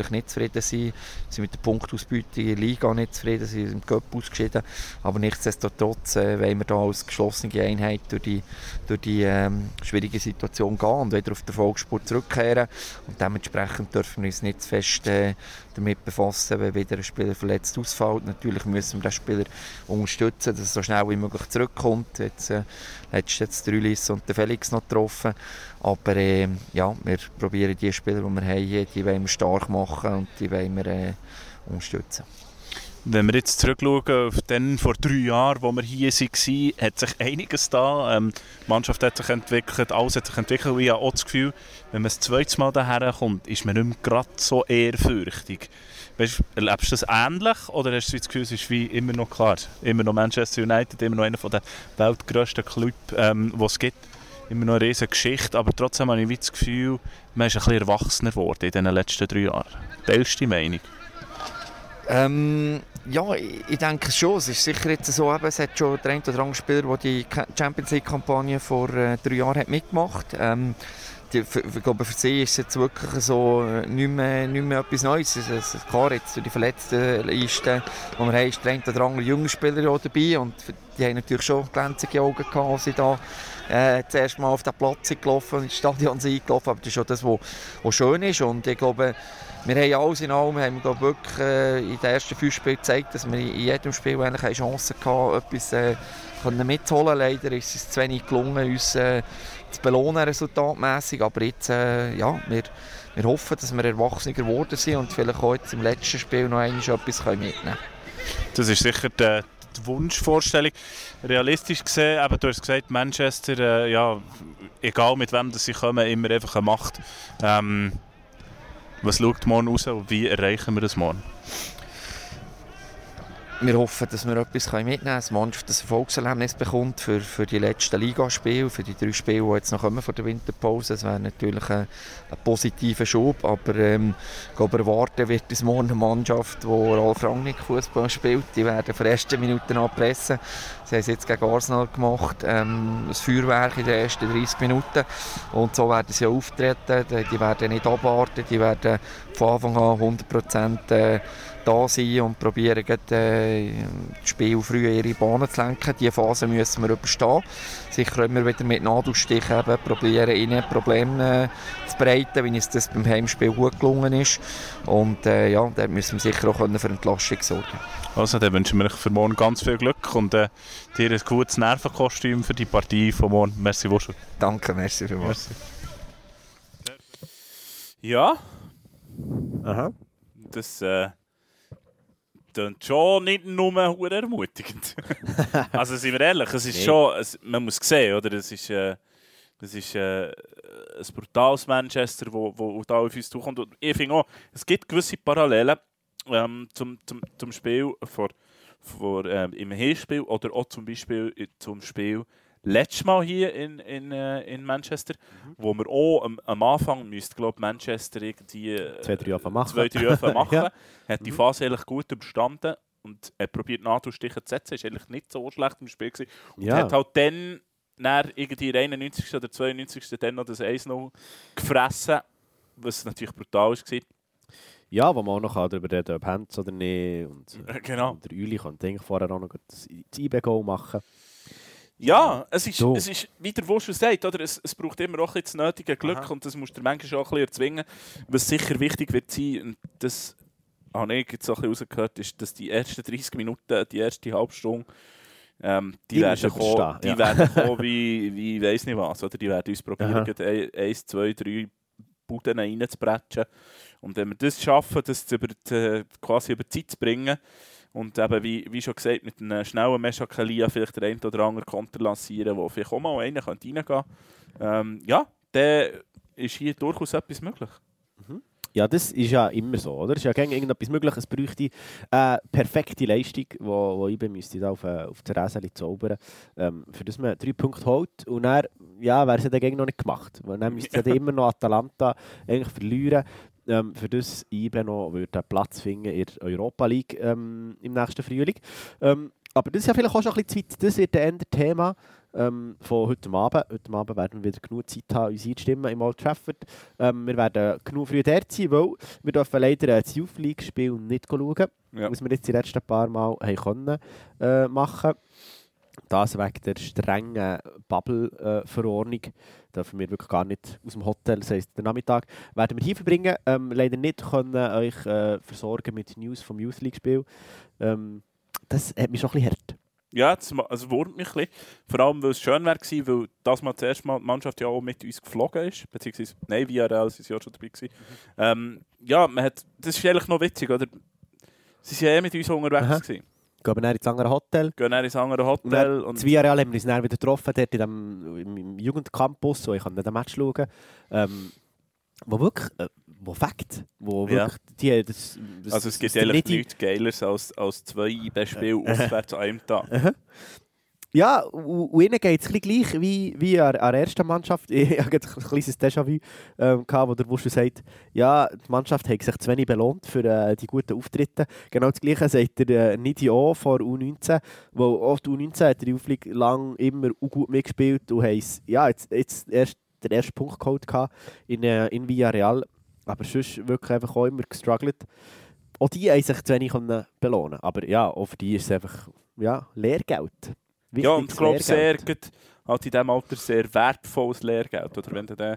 natürlich nicht zufrieden sein, sind mit der Punktausbeute in der Liga nicht zufrieden, sind im Cup ausgeschieden, aber nichtsdestotrotz wollen wir da als geschlossene Einheit durch die schwierige Situation gehen und wieder auf den Erfolgsspur zurückkehren und dementsprechend dürfen wir uns nicht zu fest damit befassen, wenn wieder ein Spieler verletzt ausfällt. Natürlich müssen wir den Spieler unterstützen, dass er so schnell wie möglich zurückkommt. Jetzt der Ulis und der Felix noch getroffen. Aber ja, wir probieren die Spieler, die wir haben, die wollen wir stark machen und die wollen wir unterstützen. Wenn wir jetzt zurückschauen auf den vor 3 Jahren, wo wir hier waren, hat sich einiges da. Die Mannschaft hat sich entwickelt, alles hat sich entwickelt. Und ich habe auch das Gefühl, wenn man das zweite Mal daher kommt, ist man nicht mehr gerade so ehrfürchtig. Weißt, erlebst du das ähnlich oder hast du das Gefühl, es ist wie immer noch klar? Immer noch Manchester United, immer noch einer der weltgrössten Clubs, die es gibt. Immer noch eine riesige Geschichte, aber trotzdem habe ich das Gefühl, man ist ein bisschen erwachsener geworden in den letzten 3 Jahren. Teilst du die Meinung? Ja, ich denke schon. Es ist sicher jetzt so, es hat schon der ein oder andere Spieler, der die Champions League-Kampagne vor 3 Jahren hat mitgemacht hat. Ich glaube, für sie ist es jetzt wirklich so nicht mehr etwas Neues. Klar, jetzt durch die verletzten Liste, die wir haben, ist der ein oder andere junge Spieler auch dabei und die haben natürlich schon glänzende Augen gehabt, als sie da das erste Mal auf den Platz sind gelaufen und ins Stadion sind eingelaufen. Aber das ist schon das, was schön ist. Und ich glaube, wir haben alles in allem wirklich in den ersten 5 Spielen gezeigt, dass wir in jedem Spiel eigentlich eine Chance hatten, etwas mitzuholen. Leider ist es zu wenig gelungen, uns zu belohnen, resultatmässig. Aber jetzt, ja, wir hoffen, dass wir erwachsener geworden sind und vielleicht auch jetzt im letzten Spiel noch einmal etwas mitnehmen können. Das ist sicher die Wunschvorstellung. Realistisch gesehen, eben, du hast gesagt, Manchester, ja, egal mit wem sie kommen, immer einfach eine Macht. Was schaut morgen raus und wie erreichen wir das morgen? Wir hoffen, dass wir etwas mitnehmen können, dass die Mannschaft ein Erfolgserlebnis bekommt für die letzten Ligaspiele, für die 3 Spiele, die jetzt noch kommen vor der Winterpause. Das wäre natürlich ein positiver Schub, aber ich glaube, erwarten wird es morgen eine Mannschaft, die Ralf Rangnick Fußball spielt. Die werden von den ersten Minuten an pressen. Sie haben es jetzt gegen Arsenal gemacht, das Feuerwerk in den ersten 30 Minuten. Und so werden sie auftreten, die werden nicht abwarten, die werden von Anfang an 100% da sein und probieren, das Spiel früh in ihre Bahnen zu lenken. Diese Phase müssen wir überstehen. Sicher immer wieder mit Nadelstichen probieren, ihnen Probleme zu bereiten, wie es das beim Heimspiel gut gelungen ist. Und ja, da müssen wir sicher auch für Entlastung sorgen. Also, dann wünschen wir euch für morgen ganz viel Glück und dir ein gutes Nervenkostüm für die Partie von morgen. Merci, Wuschel. Danke, merci vielmals. Ja. Aha. Das klingt schon nicht nur ermutigend. Also, seien wir ehrlich, es ist schon, man muss sehen, oder? Es ist ein brutales Manchester, wo da auf uns zukommt. Und ich finde auch, es gibt gewisse Parallelen zum Spiel im Hinspiel oder auch zum Beispiel zum Spiel letztes Mal hier in Manchester, wo wir auch am Anfang müsste, glaube Manchester irgendwie 2-3 Jahre machen. Ja. Hat die Phase eigentlich gut überstanden und er probiert Nadelstiche zu setzen. Ist eigentlich nicht so schlecht im Spiel gewesen. Und hat halt dann irgendwie in der 91. oder 92. dann noch das 1-0 gefressen, was natürlich brutal war. Ja, wo man auch noch darüber reden, ob Hands oder nicht. Und, genau. Und der Uli kann vorher auch noch das IB-Goal machen. Ja, es ist, wie der Wuschel sagt, oder? Es braucht immer auch das nötige Glück und das musst du manchmal auch ein bisschen erzwingen. Was sicher wichtig wird sein, und das habe ich jetzt so ein bisschen rausgehört, ist, dass die ersten 30 Minuten, die erste Halbstunde, die werden kommen wie weiss nicht was. Oder? Die werden uns probieren, 1, 2, 3 Buden reinzubretschen. Und wenn wir das schaffen, das quasi über die Zeit zu bringen, und eben, wie schon gesagt, mit einem schnellen Meshakalia vielleicht der eine oder andere Konter lancieren, wo vielleicht auch mal einer reingehen könnte. Ja, dann ist hier durchaus etwas möglich. Ja, das ist ja immer so, oder? Es ist ja gegen irgendetwas möglich. Es bräuchte eine perfekte Leistung, die IB müsste da auf der Räseli zaubern, für das man 3 Punkte holt. Und dann wäre es ja dagegen noch nicht gemacht. Weil dann müsste ja immer noch Atalanta eigentlich verlieren. Für das IB noch einen Platz finden in der Europa League im nächsten Frühling. Aber das ist ja vielleicht auch schon ein bisschen zu weit. Das wird ein Thema. von heute Abend. Heute Abend werden wir wieder genug Zeit haben, uns einzustimmen im Old Trafford. Wir werden genug früh dort sein, weil wir dürfen leider das Youth League-Spiel nicht schauen, was wir jetzt die letzten paar Mal haben können, machen. Das wegen der strengen Bubble-Verordnung. Dürfen wir wirklich gar nicht aus dem Hotel. Das heisst, den Nachmittag werden wir hier verbringen. Leider nicht können euch versorgen mit News vom Youth League-Spiel. Das hat mich schon ein bisschen hart. Ja, es wurmt mich ein bisschen. Vor allem, weil es schön war, weil das mal das erste Mal die Mannschaft ja auch mit uns geflogen ist. Beziehungsweise, nein, VRL sind sie ja schon dabei gewesen. Ja, das ist eigentlich noch witzig, oder? Sie waren ja eh mit uns unterwegs gewesen. Gehen wir dann ins andere Hotel. Und das VRL haben wir uns dann wieder getroffen, dort im Jugendcampus, wo ich den Match schauen kann. Wo wirklich, wo Fakt, wo wirklich das also es gibt eigentlich nichts Geileres als 2 IB-Spiele auswärts an einem Tag. Ja, und ihnen geht es ein bisschen gleich wie an der ersten Mannschaft. Ich hatte ein kleines Déjà-vu, wo der Wuschel sagt, ja, die Mannschaft hat sich zu wenig belohnt für die guten Auftritte. Genau das Gleiche sagt der Nidi auch vor U19, wo auch die U19 hat die Aufliege lang immer gut mitgespielt und heisst, ja, jetzt erst den ersten Punkt geholt in Villarreal, aber sonst wirklich einfach auch immer gestruggelt. Auch die haben sich zu wenig belohnen. Aber ja, auch für die ist es einfach Lehrgeld. Ja, und ich glaube, sehr gut, halt in diesem Alter sehr wertvolles Lehrgeld. Oder wenn du den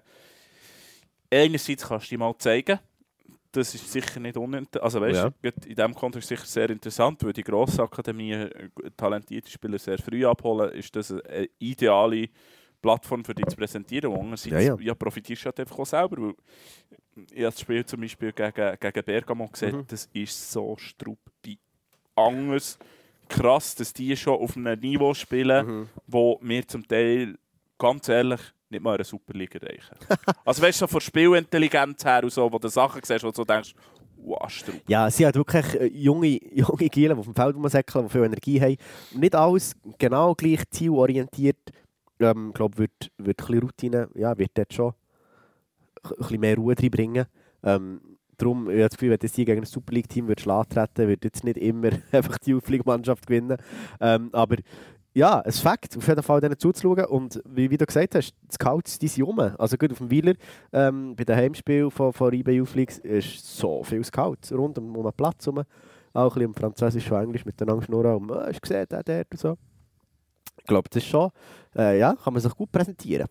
einerseits kannst du dir mal zeigen, das ist sicher nicht uninteressant. Also weißt du, in diesem Kontext sicher sehr interessant, weil die grosse Akademie talentierte Spieler sehr früh abholen, ist das eine ideale Plattform für dich zu präsentieren. Und andererseits profitierst du halt einfach auch selber. Weil ich habe das Spiel zum Beispiel gegen Bergamo gesehen, das ist so struppi anders. Krass, dass die schon auf einem Niveau spielen, wo wir zum Teil, ganz ehrlich, nicht mal eine Superliga erreichen. Also weißt du, so von Spielintelligenz her und so, wo du Sachen siehst, wo du denkst, wow, Strupp. Ja, sie hat wirklich junge Gielen, die auf dem Feld rumsäckeln, die viel Energie haben. Nicht alles genau gleich zielorientiert. Ich glaube, wird ein bisschen Routine, wird dort schon ein bisschen mehr Ruhe reinbringen. Darum, ich habe das Gefühl, wenn die gegen ein Super League-Team antreten wird jetzt nicht immer einfach die Aufliegmannschaft gewinnen. Aber ja, es ist Fakt, auf jeden Fall denen zuzuschauen. Und wie du gesagt hast, die Scouts, die sind rum. Also gut auf dem Weiler, bei den Heimspielen von IB Youth League ist so viel Scouts rund um den Platz rum. Auch ein bisschen im Französisch und Englisch miteinander schnurren. Und hast du gesehen, der dort und so. Ich glaube, das ist schon, kann man sich gut präsentieren.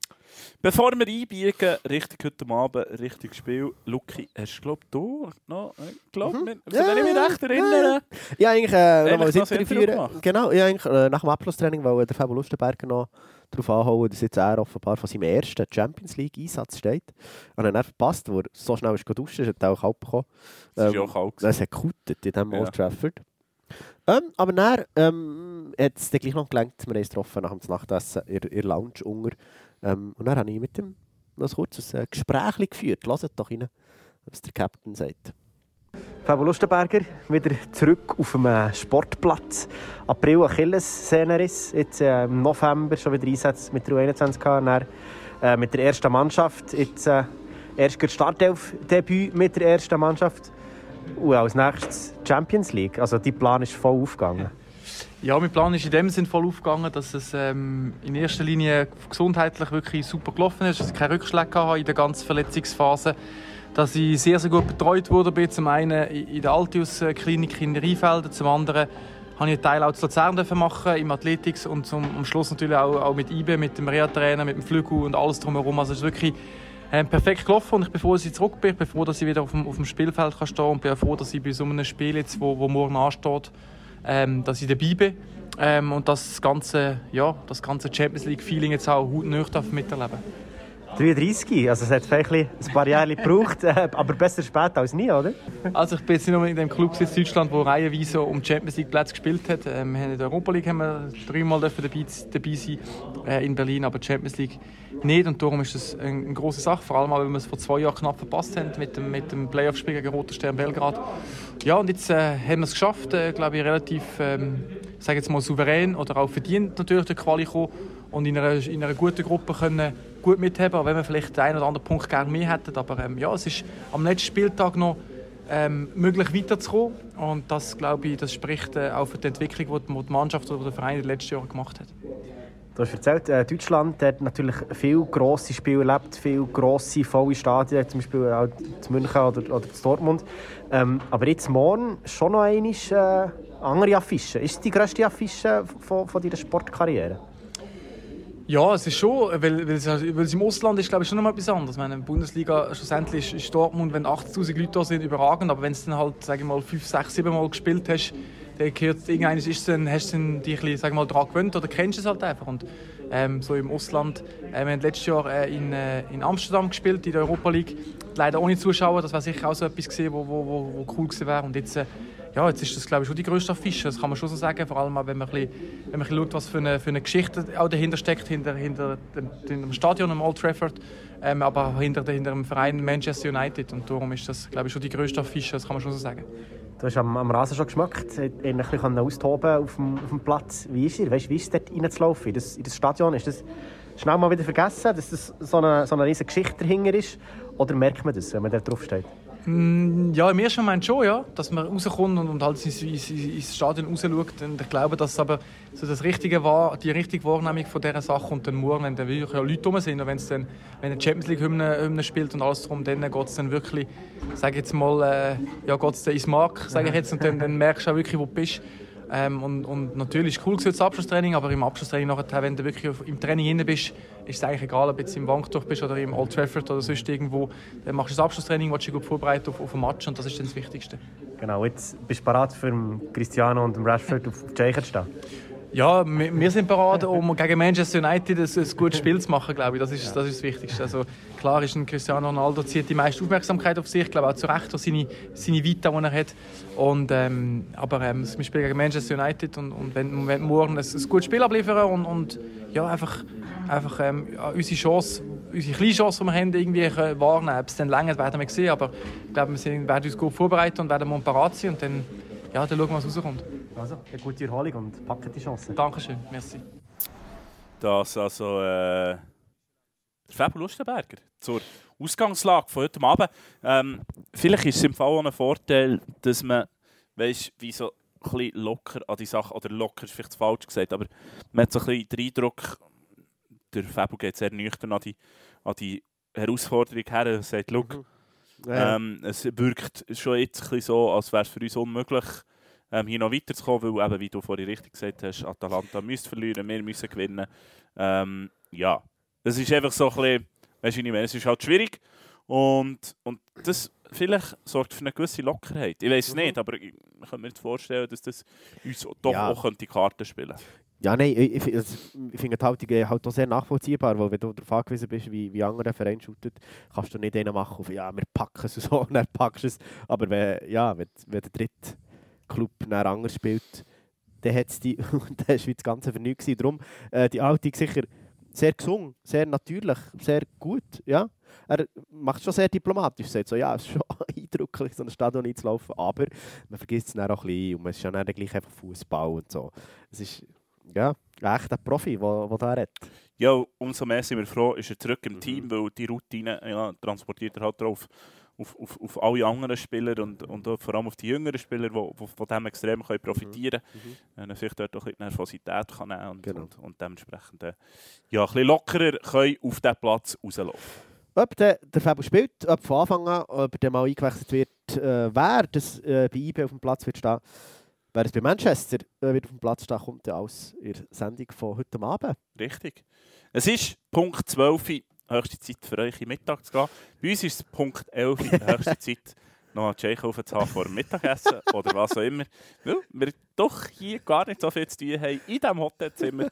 Bevor wir einbiegen, richtig heute Abend, richtig Spiel. Luki, hast du noch, wenn ich mich recht erinnere? Ja, eigentlich noch mal ein Interview führen. Genau, ja, eigentlich, nach dem Abschlusstraining, weil der Fabio Lustenberger noch darauf anhauen, dass jetzt er offenbar von seinem ersten Champions League-Einsatz steht. Und er verpasst, wo er so schnell ist geduscht, ist er auch kalt bekommen. Das ist ja auch kalt. Es hat gekautet in diesem Old Trafford. Aber dann hat es dann gleich noch gelangt, wir haben uns getroffen nach dem Nachtessen in der Lounge unter. Und dann habe ich mit ihm noch ein kurzes Gespräch geführt. Hört doch rein, was der Captain sagt. Fabio Lustenberger, wieder zurück auf dem Sportplatz. April Achillessehnenriss, jetzt im November schon wieder Einsatz mit der U21 gehabt. Dann, mit der ersten Mannschaft, jetzt erst Startelf-Debüt mit der ersten Mannschaft. Und als nächstes Champions League. Also dein Plan ist voll aufgegangen. Ja, mein Plan ist in dem Sinn voll aufgegangen, dass es in erster Linie gesundheitlich wirklich super gelaufen ist, dass ich keine Rückschläge hatte in der ganzen Verletzungsphase, dass ich sehr, sehr gut betreut wurde, zum einen in der Altius-Klinik in Rheinfelden, zum anderen habe ich einen Teil auch zu Luzern machen im Athletics und am Schluss natürlich auch mit IBE, mit dem Reha-Trainer, mit dem Flügel und alles drumherum. Also es ist wirklich perfekt gelaufen und ich bin froh, dass ich zurück bin, ich bin froh, dass ich wieder auf dem Spielfeld stehen kann und bin froh, dass ich bei so einem Spiel jetzt, wo morgen ansteht, dass ich dabei bin und das ganze Champions League-Feeling jetzt auch hautnah miterleben. 33, also es hat vielleicht ein paar Jahre gebraucht, aber besser spät als nie, oder? Also ich bin jetzt nicht nur in dem Club in Deutschland, der reihenweise um die Champions League Plätze gespielt hat. Wir haben in der Europa League 3-mal dabei sein in Berlin, aber die Champions League nicht. Und darum ist das eine grosse Sache, vor allem weil wir es vor 2 Jahren knapp verpasst haben mit dem Playoff-Spiel gegen Roter Stern Belgrad. Ja, und jetzt haben wir es geschafft, glaube ich, relativ sage jetzt mal souverän oder auch verdient natürlich der Quali kommen und in einer guten Gruppe können gut mithaben, auch wenn wir vielleicht den einen oder anderen Punkt gerne mehr hätten. Aber es ist am letzten Spieltag noch möglich weiterzukommen und das, glaube ich, das spricht auch für die Entwicklung, die die Mannschaft oder der Verein in den letzten Jahren gemacht hat. Du hast erzählt, Deutschland hat natürlich viele grosse Spiele erlebt, viele grosse, volle Stadien, zum Beispiel auch in München oder in Dortmund. Aber jetzt morgen schon noch eine andere Affische. Ist es die grösste Affische von deiner Sportkarriere? Ja, es ist schon, weil es im Ausland ist, glaube ich, schon noch mal etwas anderes. Ich meine, in der Bundesliga schlussendlich ist Dortmund, wenn 80'000 Leute da sind, überragend. Aber wenn du dann halt, sage ich mal, 5, 6, 7 Mal gespielt hast, dann hast du dich daran gewöhnt oder kennst es halt einfach. Und so im Ausland, wir haben letztes Jahr in Amsterdam gespielt, in der Europa League. Leider ohne Zuschauer, das wäre sicher auch so etwas gewesen, wo cool gewesen wäre. Und jetzt ist das, glaube ich, schon die grösste Affische, das kann man schon so sagen. Vor allem, wenn man ein bisschen schaut, was für eine Geschichte auch dahinter steckt, hinter dem Stadion am Old Trafford, aber auch hinter dem Verein Manchester United. Und darum ist das, glaube ich, schon die grösste Affische, das kann man schon so sagen. Du hast am Rasen schon geschmeckt, ein bisschen austoben auf dem Platz. Wie ist es dort reinzulaufen, in das Stadion? Ist das schnell mal wieder vergessen, dass das so eine riesige Geschichte dahinter ist? Oder merkt man das, wenn man da drauf steht? Ja, im ersten Moment schon, ja, dass man rauskommt und halt ins Stadion rausschaut. Und ich glaube, dass aber so das Richtige war, die richtige Wahrnehmung von dieser Sache und dann morgen, wenn dann wirklich Leute rum sind und wenn die Champions League Hymne spielt und alles drum, dann geht es dann wirklich, sage jetzt mal, geht es dann ins Mark, sage ich jetzt, und dann merkst du auch wirklich, wo du bist. Und natürlich ist es cool das Abschlusstraining, aber im Abschlusstraining nachher, wenn du wirklich im Training drin bist, ist es eigentlich egal, ob du jetzt im Wankdorf bist oder im Old Trafford oder sonst irgendwo. Dann machst du das Abschlusstraining, willst dich gut vorbereiten auf ein Match und das ist dann das Wichtigste. Genau, jetzt bist du bereit für Cristiano und Rashford auf die Scheiche zu stehen? Ja, wir sind bereit, um gegen Manchester United ein gutes Spiel zu machen, glaube ich. Das ist das Wichtigste. Also, klar ist ein Cristiano Ronaldo zieht die meiste Aufmerksamkeit auf sich, ich glaube auch zu Recht durch seine Vita, die er hat. Aber wir spielen gegen Manchester United und wenn wir morgen ein gutes Spiel abliefern und ja, einfach unsere Chance, unsere kleine Chance, die wir haben, irgendwie wahrnehmen. Ob es dann länger werden wir sehen, aber ich glaube, wir werden uns gut vorbereiten und werden morgen parat sein und dann schauen wir, was rauskommt. Also, eine gute Erholung und packen die Chance. Dankeschön, merci. Das also Fabio Lustenberger zur Ausgangslage von heute Abend. Vielleicht ist es im Fall auch ein Vorteil, dass man, weißt, wie so ein bisschen locker an die Sache, oder locker ist vielleicht falsch gesagt, aber man hat so ein bisschen den Eindruck, der Fabio geht sehr nüchtern an die Herausforderung her. Er sagt, look, es wirkt schon jetzt ein bisschen so, als wäre es für uns unmöglich, hier noch weiterzukommen, weil eben, wie du vorhin richtig gesagt hast, Atalanta müsste verlieren, wir müssen gewinnen. Ja, das ist einfach so ein bisschen, weißt du, nicht mehr, es ist halt schwierig und das vielleicht sorgt für eine gewisse Lockerheit. Ich weiß es nicht, aber ich kann mir nicht vorstellen, dass das uns doch auch die Karten spielen könnte. Ja, nein, ich finde die Haltung halt auch sehr nachvollziehbar, weil wenn du darauf angewiesen bist, wie andere Vereine shooten, kannst du nicht einen machen auf, ja, wir packen es so, und dann packst du es. Aber wenn der dritte Club anders spielt, dann hat es die, dann war das Ganze für nichts. Darum, die Haltung sicher sehr gesungen, sehr natürlich, sehr gut, ja. Er macht schon sehr diplomatisch, sagt so, ja, es ist schon eindrücklich, so ein Stadion einzulaufen, aber man vergisst es dann auch ein bisschen und man ist ja dann gleich einfach Fußball und so. Es ist ja echt ein Profi, der da redet. Ja, umso mehr sind wir froh, ist er zurück im Team, weil die Routine transportiert er halt drauf auf alle anderen Spieler und vor allem auf die jüngeren Spieler, die von dem extrem profitieren können. Vielleicht dort auch ein bisschen Nervosität kann nehmen und dementsprechend ein bisschen lockerer können auf diesen Platz rauslaufen. Ob der Fabio spielt, ob von Anfang an, ob der mal eingewechselt wird, wer das bei IB auf dem Platz wird stehen, wer es bei Manchester wird auf dem Platz stehen, kommt ja aus in der Sendung von heute Abend. Richtig. Es ist Punkt 12, höchste Zeit für euch in Mittag zu gehen. Bei uns ist es Punkt 11, höchste Zeit, noch einen Tschechofen zu haben vor dem Mittagessen oder was auch immer. Weil wir doch hier gar nicht so viel zu tun haben in diesem Hotelzimmer.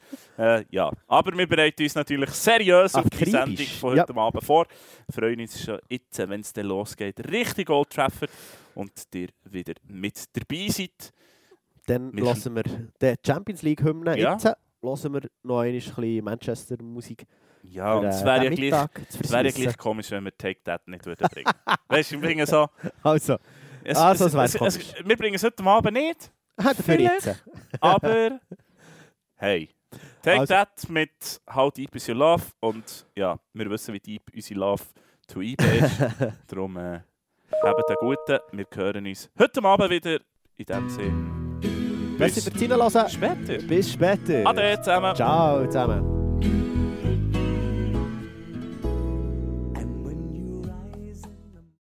Aber wir bereiten uns natürlich seriös auf die Sendung von heute Abend vor. Wir freuen uns schon jetzt, wenn es dann losgeht, richtig Old Trafford und ihr wieder mit dabei seid. Dann hören wir die Champions League Hymne. Jetzt hören wir noch ein bisschen Manchester-Musik. Ja, und es wäre ja gleich komisch, wenn wir Take That nicht bringen würden. Weißt du, wir bringen so... Also es wäre komisch. Wir bringen es heute Abend nicht. Dafür jetzt. Aber hey, Take That mit How Deep Is Your Love. Und ja, wir wissen, wie deep unsere Love to IB ist. Darum habt einen guten. Wir hören uns heute Abend wieder. In dem Sinne. Merci fürs Reinhören. Später. Bis später. Ade zusammen. Ciao zusammen.